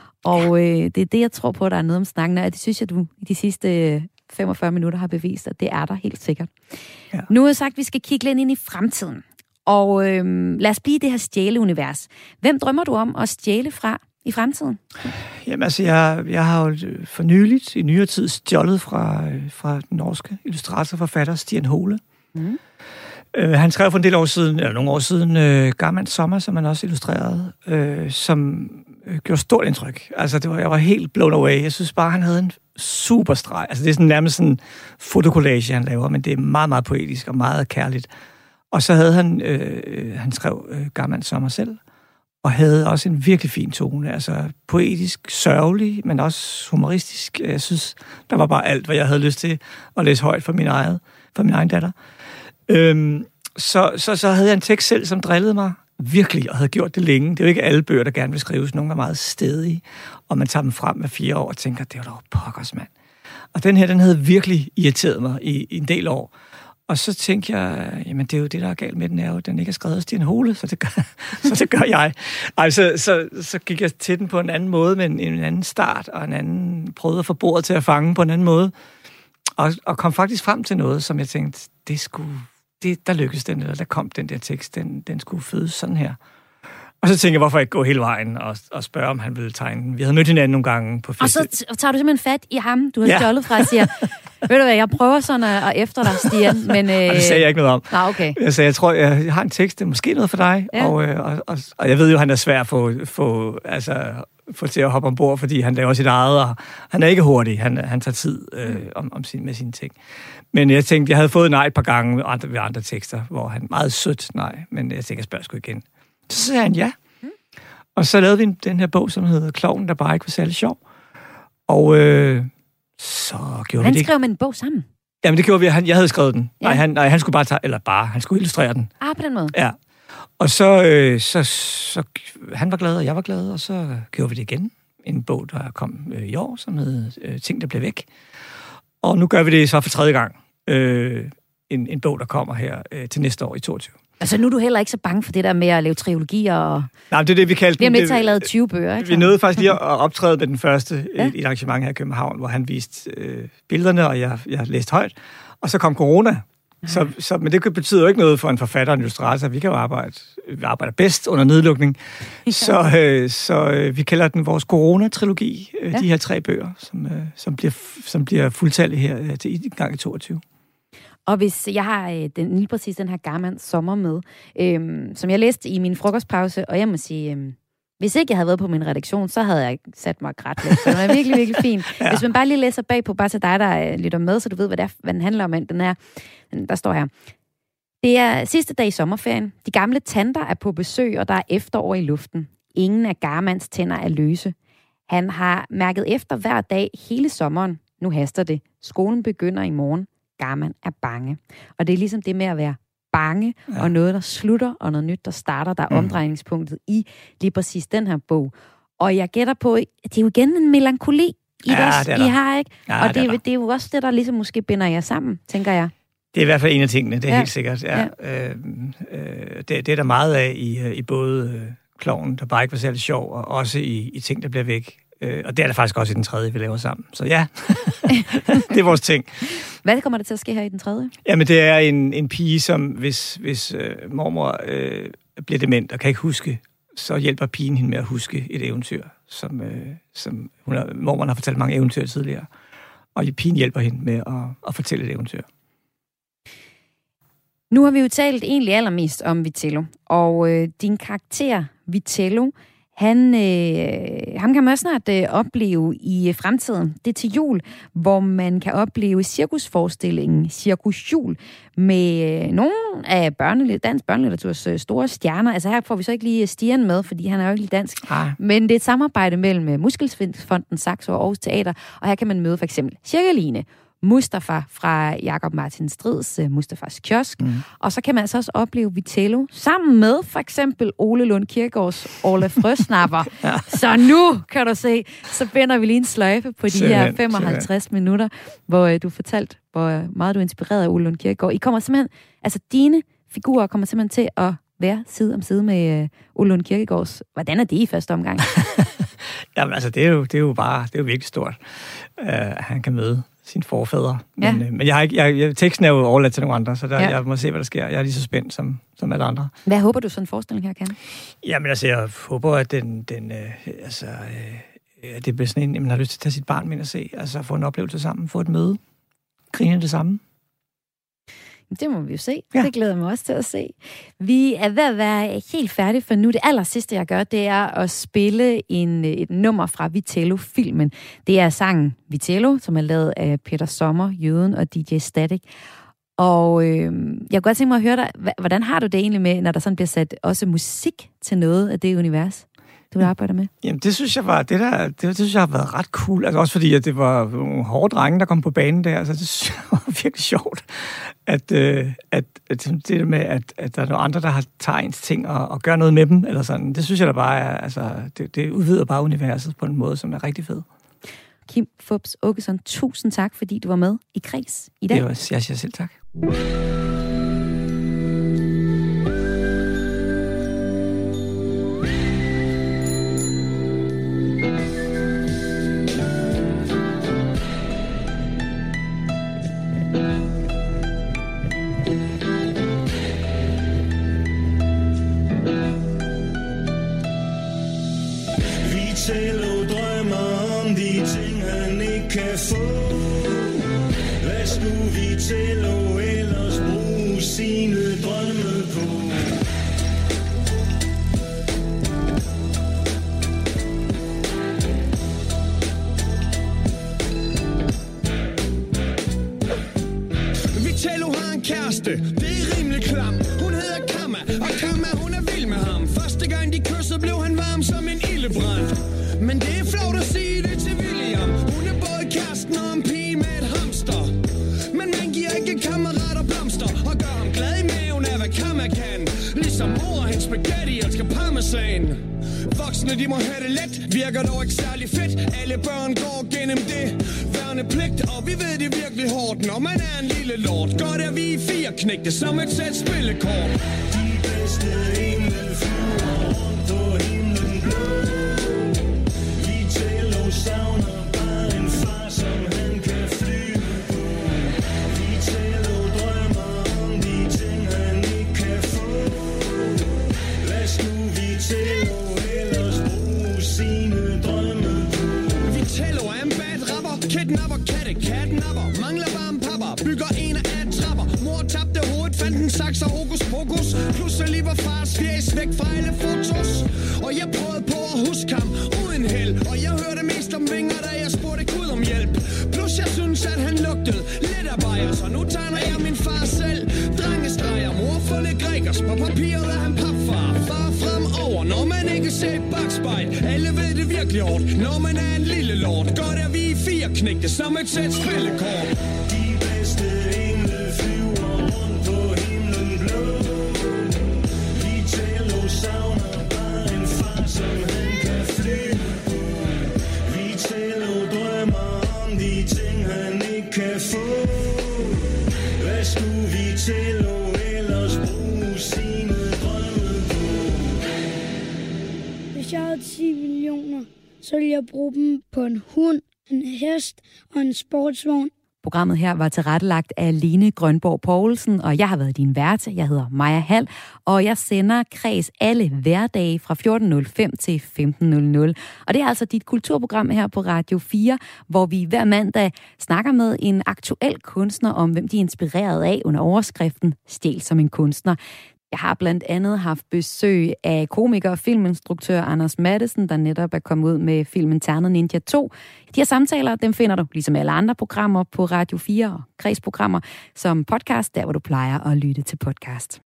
Speaker 1: Og øh, det er det, jeg tror på, der er noget om snakken, og det synes jeg, du i de sidste femogfyrre minutter har bevist, at det er der helt sikkert. Ja. Nu har jeg sagt, at vi skal kigge lidt ind i fremtiden. Og øh, lad os blive i det her stjæleunivers. Hvem drømmer du om at stjæle fra i fremtiden?
Speaker 2: Jamen altså, jeg, jeg har jo for nyligt i nyere tid stjålet fra, fra den norske illustrator og forfatter Stian Hole. Mm. Øh, han skrev for en del år siden, eller nogle år siden, øh, Garmands Sommer, som han også illustrerede, øh, som øh, gjorde stort indtryk. Altså, det var, jeg var helt blown away. Jeg synes bare, han havde en super streg. Altså, det er sådan nærmest sådan en fotokollage, han laver, men det er meget, meget poetisk og meget kærligt. Og så havde han, øh, han skrev øh, Garmands Sommer selv, og havde også en virkelig fin tone. Altså, poetisk, sørgelig, men også humoristisk. Jeg synes, der var bare alt, hvad jeg havde lyst til at læse højt for min, eget, for min egen datter. Øhm, så, så, så havde jeg en tekst selv, som drillede mig virkelig, og havde gjort det længe. Det er jo ikke alle bøger, der gerne vil skrives. Nogle er meget stedige, og man tager dem frem med fire år og tænker, det var dog pokkers, mand. Og den her, den havde virkelig irriteret mig i, i en del år. Og så tænkte jeg, jamen det er jo det, der er galt med den, er jo, den ikke er skrevet af Stian Hole, så det gør, så det gør jeg. Altså, så, så gik jeg til den på en anden måde, med en, en anden start, og en anden, prøvede at få bordet til at fange på en anden måde, og, og kom faktisk frem til noget, som jeg tænkte, det skulle... Det, der lykkedes den, eller der kom den der tekst, den, den skulle fødes sådan her. Og så tænkte jeg, hvorfor ikke gå hele vejen og, og spørge, om han ville tegne den. Vi havde mødt hinanden nogle gange på festival. Og
Speaker 1: så t- tager du simpelthen fat i ham, du har ja. stjålet fra, og siger, ved du hvad, jeg prøver sådan at, at efter dig, Stian, men... Øh...
Speaker 2: Og det sagde jeg ikke noget om.
Speaker 1: Nå, okay.
Speaker 2: Jeg sagde, jeg tror, jeg har en tekst, det er måske noget for dig, ja. og, og, og, og jeg ved jo, han er svær at få, få, altså, få til at hoppe ombord, fordi han laver sit eget, og han er ikke hurtig, han, han tager tid øh, om, om sin, med sine ting. Men jeg tænkte, jeg havde fået nej et par gange ved andre, ved andre tekster, hvor han meget sødt nej, men jeg tænkte, jeg spørger sgu igen. Så sagde han ja. Mm. Og så lavede vi den her bog, som hedder Klovnen, der bare ikke var særlig sjov. Og øh, så gjorde
Speaker 1: han
Speaker 2: vi det.
Speaker 1: skrev man en bog sammen?
Speaker 2: Jamen det gjorde vi, han, jeg havde skrevet den. Ja. Nej, han, nej, han skulle bare tage, eller bare, han skulle illustrere den.
Speaker 1: Ah, på den måde?
Speaker 2: Ja. Og så, øh, så, så han var glad, og jeg var glad, og så gjorde vi det igen. En bog, der kom øh, i år, som hed øh, Ting, der blev væk. Og nu gør vi det så for tredje gang. Øh, en, en bog, der kommer her øh, til næste år i toogtyve.
Speaker 1: Altså nu er du heller ikke så bange for det der med at lave trilogier og...
Speaker 2: Nej, det er det, vi kaldte...
Speaker 1: Vi har med til at lave tyve bøger, ikke?
Speaker 2: Vi nåede faktisk lige at optræde med den første ja. i et arrangement her i København, hvor han viste øh, billederne, og jeg, jeg læste højt. Og så kom corona. Så, så, men det betyder jo ikke noget for en forfatter og en illustrator. Vi kan jo arbejde, vi arbejder bedst under nedlukning. Ja. Så, øh, så øh, vi kalder den vores corona-trilogi, øh, ja. de her tre bøger, som, øh, som, bliver, som bliver fuldtallige her øh, til en gang i toogtyve.
Speaker 1: Og hvis jeg har øh, den, lige præcis den her Garmands Sommer med, øh, som jeg læste i min frokostpause, og jeg må sige... Øh, Hvis ikke jeg havde været på min redaktion, så havde jeg sat mig grædt lidt. Så den er virkelig, virkelig fin. Ja. Hvis man bare lige læser bagpå, bare til dig, der lytter med, så du ved, hvad, det er, hvad den handler om. Den er, der står her. Det er sidste dag i sommerferien. De gamle tanter er på besøg, og der er efterår i luften. Ingen af Garmands tænder er løse. Han har mærket efter hver dag hele sommeren. Nu haster det. Skolen begynder i morgen. Garmand er bange. Og det er ligesom det med at være bange, ja. og noget, der slutter, og noget nyt, der starter, der er mm. omdrejningspunktet i lige præcis den her bog. Og jeg gætter på, at det er jo igen en melankoli i
Speaker 2: ja,
Speaker 1: det,
Speaker 2: det I
Speaker 1: har, ikke?
Speaker 2: Ja,
Speaker 1: og det,
Speaker 2: det, er
Speaker 1: det er jo også det, der ligesom måske binder jer sammen, tænker jeg.
Speaker 2: Det er i hvert fald en af tingene, det er
Speaker 1: ja.
Speaker 2: helt sikkert. Ja. Ja. Øh, øh, det, det er der meget af i, i både øh, Klovnen, der bare ikke var særlig sjov, og også i, i Ting, der bliver væk. Øh, og det er der faktisk også i den tredje, vi laver sammen. Så ja, det er vores ting.
Speaker 1: Hvad kommer der til at ske her i den tredje?
Speaker 2: Jamen, det er en, en pige, som hvis, hvis øh, mormor øh, bliver dement og kan ikke huske, så hjælper pigen hende med at huske et eventyr, som, øh, som hun har, mormor har fortalt mange eventyr tidligere. Og pigen hjælper hende med at, at fortælle et eventyr.
Speaker 1: Nu har vi jo talt egentlig allermest om Vitello, og øh, din karakter, Vitello, han, øh, ham kan man også snart øh, opleve i øh, fremtiden. Det er til jul, hvor man kan opleve cirkusforestillingen Cirkus Jul med øh, nogle af børne, dansk børnelitteraturs øh, store stjerner. Altså her får vi så ikke lige Stian med, fordi han er jo ikke lige dansk. Ah. Men det er et samarbejde mellem øh, Muskelsvindfonden, Saxo og Aarhus Teater, og her kan man møde for eksempel Cirkeline, Mustafa fra Jakob Martin Strids uh, Mustafas Kiosk. Mm. Og så kan man altså også opleve Vitello sammen med for eksempel Ole Lund Kirkegaards Orla Frøsnapper. Ja. Så nu kan du se, så binder vi lige en sløjfe på de simpelthen, her femoghalvtreds simpelthen. Minutter, hvor uh, du fortalte, hvor meget du er inspireret af Ole Lund Kirkegaard. I kommer simpelthen, altså dine figurer kommer simpelthen til at være side om side med uh, Ole Lund Kirkegaards. Hvordan er det i første omgang?
Speaker 2: Jamen altså, det er jo, det er jo bare, det er jo virkelig stort, uh, at han kan møde sine forfædre. Ja. Men, øh, men jeg har ikke, jeg, jeg, teksten er jo overladt til nogle andre, så der, ja. jeg må se, hvad der sker. Jeg er lige så spændt som, som alle andre.
Speaker 1: Hvad håber du sådan en forestilling her kan?
Speaker 2: Jamen altså, jeg håber, at den, den øh, altså, øh, det bliver sådan en, man har lyst til at tage sit barn med og se, altså få en oplevelse sammen, få et møde, grine det samme.
Speaker 1: Det må vi jo se. Ja. Det glæder jeg mig også til at se. Vi er ved at være helt færdige for nu. Det aller sidste, jeg gør, det er at spille en, et nummer fra Vitello-filmen. Det er sangen Vitello, som er lavet af Peter Sommer, Jøden og D J Static. Og øh, jeg kunne godt tænke mig at høre dig, hvordan har du det egentlig med, når der sådan bliver sat også musik til noget af det univers, du vil arbejde med? Jamen, det synes jeg var, det der, det, det synes jeg har været ret cool. Altså også fordi, at det var nogle hårde drenge, der kom på banen der. Altså, det synes jeg var virkelig sjovt. At, øh, at, at det der med, at, at der er nogle andre, der har taget ens ting og, og gør noget med dem, eller sådan. Det synes jeg da bare er, altså, det, det udvider bare universet på en måde, som er rigtig fed. Kim Fupz Aakeson, tusind tak, fordi du var med i Kreds i dag. Det var, jeg siger selv tak.
Speaker 6: Vitello drømmer om de ting, han ikke kan få. Hvad skulle Vitello ellers bruge sine drømme på? Vitello har en kæreste, det er rimelig klam. Hun hedder Kamma, og Kamma hun er vild med ham. Første gang de kyssede, blev han varm som en ildebrand. Men det er flot at sige det til William. Hun er både kæresten og en pige med et hamster. Men man giver ikke kammerater blomster og gør ham glad i maven af hvad Kamma kan. Ligesom mor og hendes spaghetti elsker parmesan. Voksne de må have det let, virker dog ikke særlig fedt. Alle børn går gennem det værnepligt, og vi ved det virkelig hårdt, når man er en lille lort. Godt er vi i fire knægte som et sæt spillekort. De bedste engle flyver rundt på himlen blå. Vitello savner bare en far, som han kan flyve på. Vitello drømmer om de ting, han ikke kan få. Hvad skulle Vitello ellers bruge sine drømme på? Vitello er en bad rapper, kidnapper, katte, katnapper, mangler varme papper, bygger en af trapper. Mor tabte hovedet, fandt en saks og hokus pokus. Pludselig var fars fjæs væk fra alle fotos. Og jeg prøvede på at huske ham uden held. Og jeg hørte mest om vinger, da jeg spurgte Gud om hjælp. Plus jeg synes, at han lugtede lidt af bajer. Så nu tegner jeg min far selv. Drengestreger, mor fulde grækers. På papiret er han papfar. Far fremover, når man ikke ser bagspejl. Alle ved det virkelig hårdt, når man er en lille lort. Godt er vi i fire knægte som et sæt spillekort. De bedste engle flyver rundt på himlen blå. Vitello savner bare en far, som han kan flyve på. Vitello drømmer om de ting, han ikke kan få. Hvad skulle Vitello ellers bruge sine drømme på?
Speaker 3: Hvis jeg havde ti millioner, så vil jeg bruge dem på en hund, en hest og en sportsvogn.
Speaker 1: Programmet her var tilrettelagt af Lene Grønborg Poulsen, og jeg har været din vært. Jeg hedder Maja Hall, og jeg sender Kreds alle hverdage fra fjorten nul fem til femten nul nul. Og det er altså dit kulturprogram her på Radio fire, hvor vi hver mandag snakker med en aktuel kunstner om, hvem de er inspireret af under overskriften Stjæl som en kunstner. Jeg har blandt andet haft besøg af komiker og filminstruktør Anders Matthesen, der netop er kommet ud med filmen Ternet Ninja to. De her samtaler, dem finder du, ligesom alle andre programmer, på Radio fire og Kreds programmer, som podcast, der hvor du plejer at lytte til podcast.